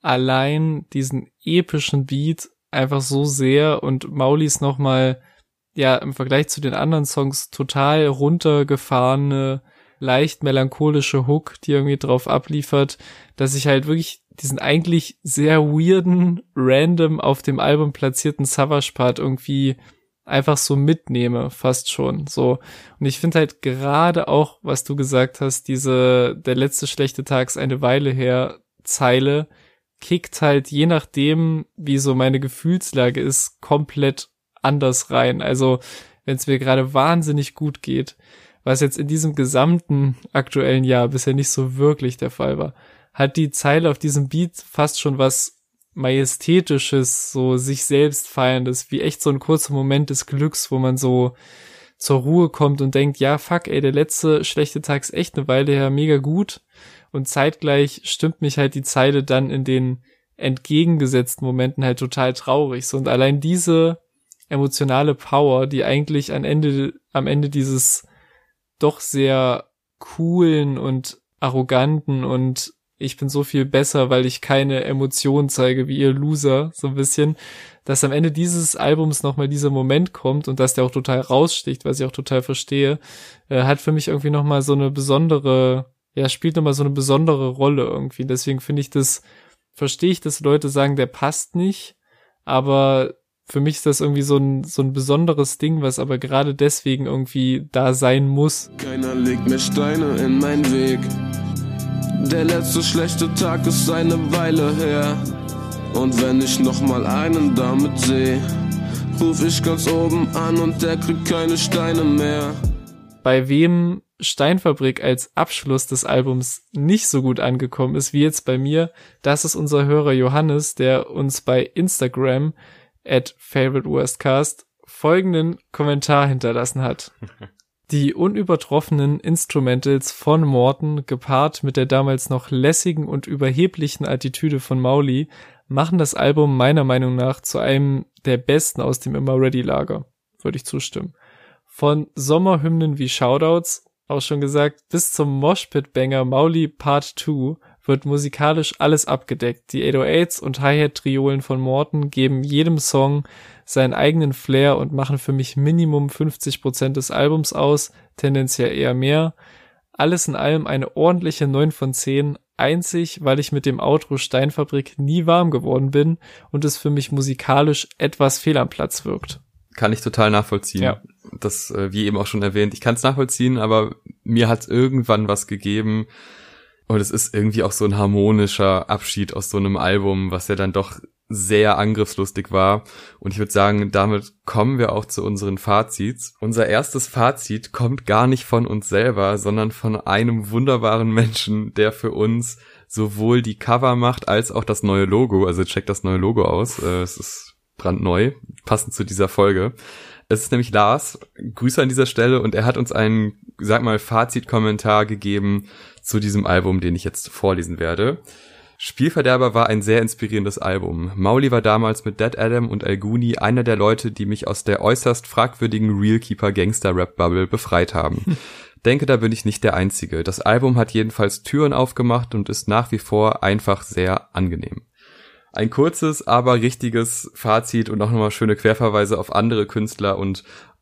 allein diesen epischen Beat einfach so sehr und Maulis nochmal, ja, im Vergleich zu den anderen Songs total runtergefahrene, leicht melancholische Hook, die irgendwie drauf abliefert, dass ich halt wirklich diesen eigentlich sehr weirden, random auf dem Album platzierten Savage-Part irgendwie einfach so mitnehme, fast schon, so. Und ich finde halt gerade auch, was du gesagt hast, diese, der letzte schlechte Tag ist eine Weile her, Zeile, kickt halt je nachdem, wie so meine Gefühlslage ist, komplett anders rein. Also wenn es mir gerade wahnsinnig gut geht, was jetzt in diesem gesamten aktuellen Jahr bisher nicht so wirklich der Fall war, hat die Zeile auf diesem Beat fast schon was Majestätisches, so sich selbst feierndes, wie echt so ein kurzer Moment des Glücks, wo man so zur Ruhe kommt und denkt, ja fuck ey, der letzte schlechte Tag ist echt eine Weile her mega gut. Und zeitgleich stimmt mich halt die Zeile dann in den entgegengesetzten Momenten halt total traurig. So, und allein diese emotionale Power, die eigentlich am Ende, am Ende dieses doch sehr coolen und arroganten und ich bin so viel besser, weil ich keine Emotionen zeige wie ihr Loser, so ein bisschen, dass am Ende dieses Albums nochmal dieser Moment kommt und dass der auch total raussticht, was ich auch total verstehe, äh, hat für mich irgendwie nochmal so eine besondere, ja, spielt nochmal so eine besondere Rolle irgendwie. Deswegen finde ich das, verstehe ich, dass Leute sagen, der passt nicht, aber für mich ist das irgendwie so ein, so ein besonderes Ding, was aber gerade deswegen irgendwie da sein muss. Keiner legt mir Steine in meinen Weg. Der letzte schlechte Tag ist eine Weile her. Und wenn ich nochmal einen damit sehe, ruf ich ganz oben an und der kriegt keine Steine mehr. Bei wem Steinfabrik als Abschluss des Albums nicht so gut angekommen ist, wie jetzt bei mir, das ist unser Hörer Johannes, der uns bei Instagram at favoriteworstcast folgenden Kommentar hinterlassen hat. Die unübertroffenen Instrumentals von Morten, gepaart mit der damals noch lässigen und überheblichen Attitüde von Mauli, machen das Album meiner Meinung nach zu einem der besten aus dem Immer Ready Lager. Würde ich zustimmen. Von Sommerhymnen wie Shoutouts, auch schon gesagt, bis zum Moshpit-Banger Mauli Part zwei wird musikalisch alles abgedeckt. Die achthundertachts und Hi-Hat-Triolen von Morten geben jedem Song seinen eigenen Flair und machen für mich Minimum fünfzig Prozent des Albums aus, tendenziell eher mehr. Alles in allem eine ordentliche neun von zehn, einzig, weil ich mit dem Outro Steinfabrik nie warm geworden bin und es für mich musikalisch etwas fehl am Platz wirkt. Kann ich total nachvollziehen. Ja. Das, wie eben auch schon erwähnt, ich kann es nachvollziehen, aber mir hat irgendwann was gegeben und es ist irgendwie auch so ein harmonischer Abschied aus so einem Album, was ja dann doch sehr angriffslustig war. Und ich würde sagen, damit kommen wir auch zu unseren Fazits. Unser erstes Fazit kommt gar nicht von uns selber, sondern von einem wunderbaren Menschen, der für uns sowohl die Cover macht, als auch das neue Logo. Also checkt das neue Logo aus. Es ist brandneu, passend zu dieser Folge. Es ist nämlich Lars. Grüße an dieser Stelle, und er hat uns einen, sag mal, Fazitkommentar gegeben zu diesem Album, den ich jetzt vorlesen werde. Spielverderber war ein sehr inspirierendes Album. Mauli war damals mit Dead Adam und Alguni einer der Leute, die mich aus der äußerst fragwürdigen Realkeeper-Gangster-Rap-Bubble befreit haben. Hm. Denke, da bin ich nicht der Einzige. Das Album hat jedenfalls Türen aufgemacht und ist nach wie vor einfach sehr angenehm. Ein kurzes, aber richtiges Fazit und auch nochmal schöne Querverweise auf andere Künstler und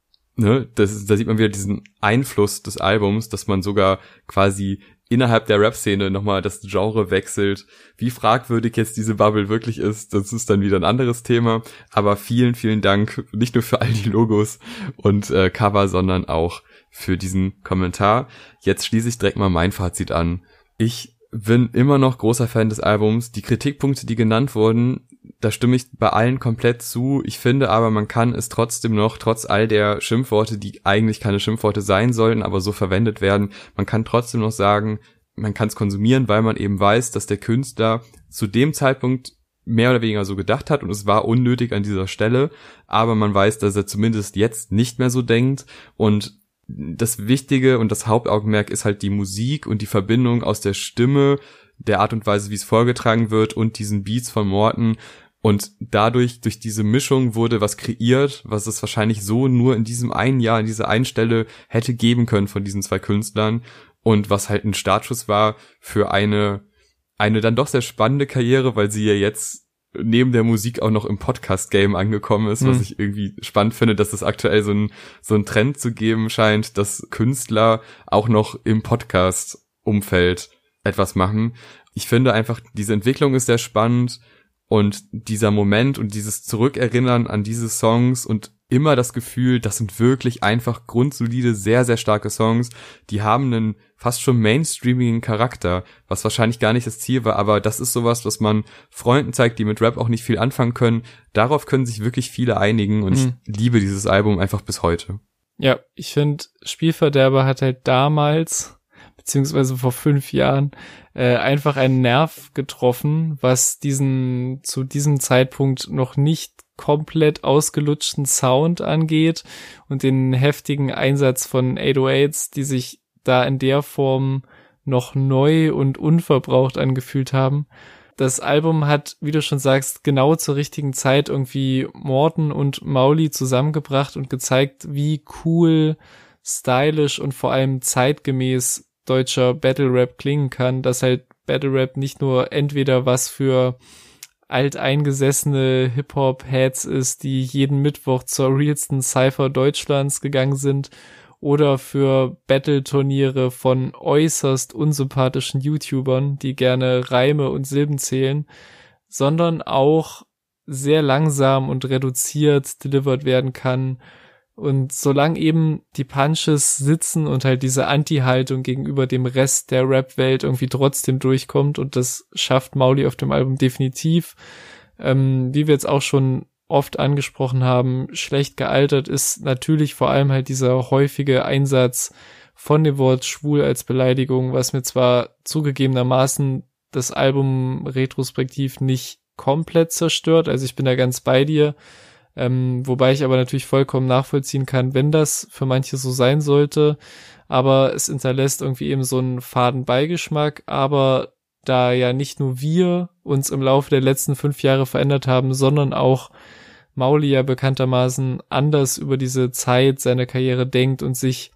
ne, das, da sieht man wieder diesen Einfluss des Albums, dass man sogar quasi innerhalb der Rap-Szene nochmal das Genre wechselt. Wie fragwürdig jetzt diese Bubble wirklich ist, das ist dann wieder ein anderes Thema. Aber vielen, vielen Dank, nicht nur für all die Logos und äh, Cover, sondern auch für diesen Kommentar. Jetzt schließe ich direkt mal mein Fazit an. Ich bin immer noch großer Fan des Albums. Die Kritikpunkte, die genannt wurden, da stimme ich bei allen komplett zu. Ich finde aber, man kann es trotzdem noch, trotz all der Schimpfworte, die eigentlich keine Schimpfworte sein sollten, aber so verwendet werden, man kann trotzdem noch sagen, man kann es konsumieren, weil man eben weiß, dass der Künstler zu dem Zeitpunkt mehr oder weniger so gedacht hat und es war unnötig an dieser Stelle, aber man weiß, dass er zumindest jetzt nicht mehr so denkt, und das Wichtige und das Hauptaugenmerk ist halt die Musik und die Verbindung aus der Stimme, der Art und Weise, wie es vorgetragen wird, und diesen Beats von Morten. Und dadurch, durch diese Mischung wurde was kreiert, was es wahrscheinlich so nur in diesem einen Jahr, an dieser einen Stelle hätte geben können von diesen zwei Künstlern. Und was halt ein Startschuss war für eine, eine dann doch sehr spannende Karriere, weil sie ja jetzt neben der Musik auch noch im Podcast-Game angekommen ist, was hm. ich irgendwie spannend finde, dass es aktuell so ein, so ein Trend zu geben scheint, dass Künstler auch noch im Podcast-Umfeld etwas machen. Ich finde einfach, diese Entwicklung ist sehr spannend, und dieser Moment und dieses Zurückerinnern an diese Songs und immer das Gefühl, das sind wirklich einfach grundsolide, sehr, sehr starke Songs, die haben einen fast schon mainstreamigen Charakter, was wahrscheinlich gar nicht das Ziel war, aber das ist sowas, was man Freunden zeigt, die mit Rap auch nicht viel anfangen können. Darauf können sich wirklich viele einigen, und mhm. ich liebe dieses Album einfach bis heute. Ja, ich finde, Spielverderber hat halt damals, beziehungsweise vor fünf Jahren, äh, einfach einen Nerv getroffen, was diesen zu diesem Zeitpunkt noch nicht komplett ausgelutschten Sound angeht und den heftigen Einsatz von acht null achts, die sich da in der Form noch neu und unverbraucht angefühlt haben. Das Album hat, wie du schon sagst, genau zur richtigen Zeit irgendwie Morten und Mauli zusammengebracht und gezeigt, wie cool, stylisch und vor allem zeitgemäß deutscher Battle Rap klingen kann, dass halt Battle Rap nicht nur entweder was für alteingesessene Hip-Hop-Heads ist, die jeden Mittwoch zur realsten Cypher Deutschlands gegangen sind, oder für Battle-Turniere von äußerst unsympathischen YouTubern, die gerne Reime und Silben zählen, sondern auch sehr langsam und reduziert delivered werden kann. Und solange eben die Punches sitzen und halt diese Anti-Haltung gegenüber dem Rest der Rap-Welt irgendwie trotzdem durchkommt, und das schafft Mauli auf dem Album definitiv, ähm, wie wir jetzt auch schon oft angesprochen haben, schlecht gealtert ist natürlich vor allem halt dieser häufige Einsatz von dem Wort schwul als Beleidigung, was mir zwar zugegebenermaßen das Album retrospektiv nicht komplett zerstört, also ich bin da ganz bei dir, Ähm, wobei ich aber natürlich vollkommen nachvollziehen kann, wenn das für manche so sein sollte, aber es hinterlässt irgendwie eben so einen faden Beigeschmack, aber da ja nicht nur wir uns im Laufe der letzten fünf Jahre verändert haben, sondern auch Mauli ja bekanntermaßen anders über diese Zeit seiner Karriere denkt und sich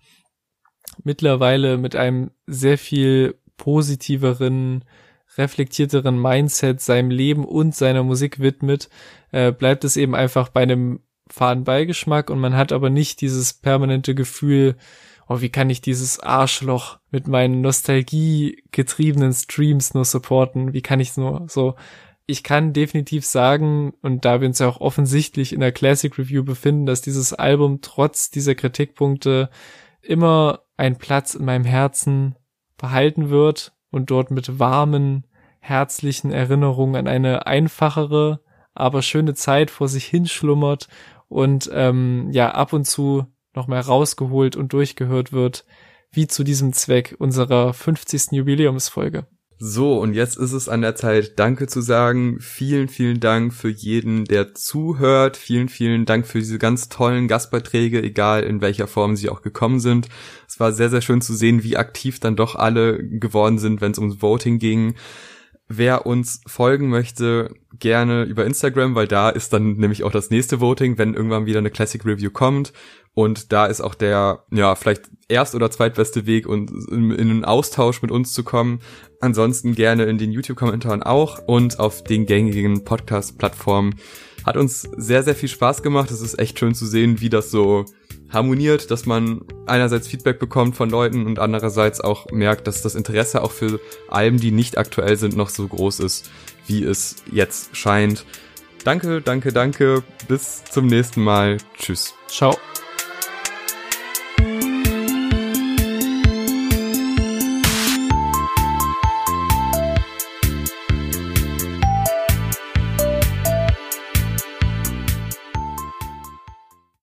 mittlerweile mit einem sehr viel positiveren, reflektierteren Mindset seinem Leben und seiner Musik widmet, äh, bleibt es eben einfach bei einem faden Beigeschmack, und man hat aber nicht dieses permanente Gefühl, oh, wie kann ich dieses Arschloch mit meinen nostalgiegetriebenen Streams nur supporten, wie kann ich nur so. Ich kann definitiv sagen, und da wir uns ja auch offensichtlich in der Classic Review befinden, dass dieses Album trotz dieser Kritikpunkte immer einen Platz in meinem Herzen behalten wird und dort mit warmen, herzlichen Erinnerungen an eine einfachere, aber schöne Zeit vor sich hinschlummert und ähm, ja ab und zu noch mal rausgeholt und durchgehört wird, wie zu diesem Zweck unserer fünfzigsten Jubiläumsfolge. So, und jetzt ist es an der Zeit, Danke zu sagen. Vielen, vielen Dank für jeden, der zuhört. Vielen, vielen Dank für diese ganz tollen Gastbeiträge, egal in welcher Form sie auch gekommen sind. Es war sehr, sehr schön zu sehen, wie aktiv dann doch alle geworden sind, wenn es ums Voting ging. Wer uns folgen möchte, gerne über Instagram, weil da ist dann nämlich auch das nächste Voting, wenn irgendwann wieder eine Classic Review kommt. Und da ist auch der, ja, vielleicht erst- oder zweitbeste Weg, und in, in einen Austausch mit uns zu kommen. Ansonsten gerne in den YouTube-Kommentaren auch und auf den gängigen Podcast-Plattformen. Hat uns sehr, sehr viel Spaß gemacht. Es ist echt schön zu sehen, wie das so harmoniert, dass man einerseits Feedback bekommt von Leuten und andererseits auch merkt, dass das Interesse auch für Alben, die nicht aktuell sind, noch so groß ist, wie es jetzt scheint. Danke, danke, danke. Bis zum nächsten Mal. Tschüss. Ciao.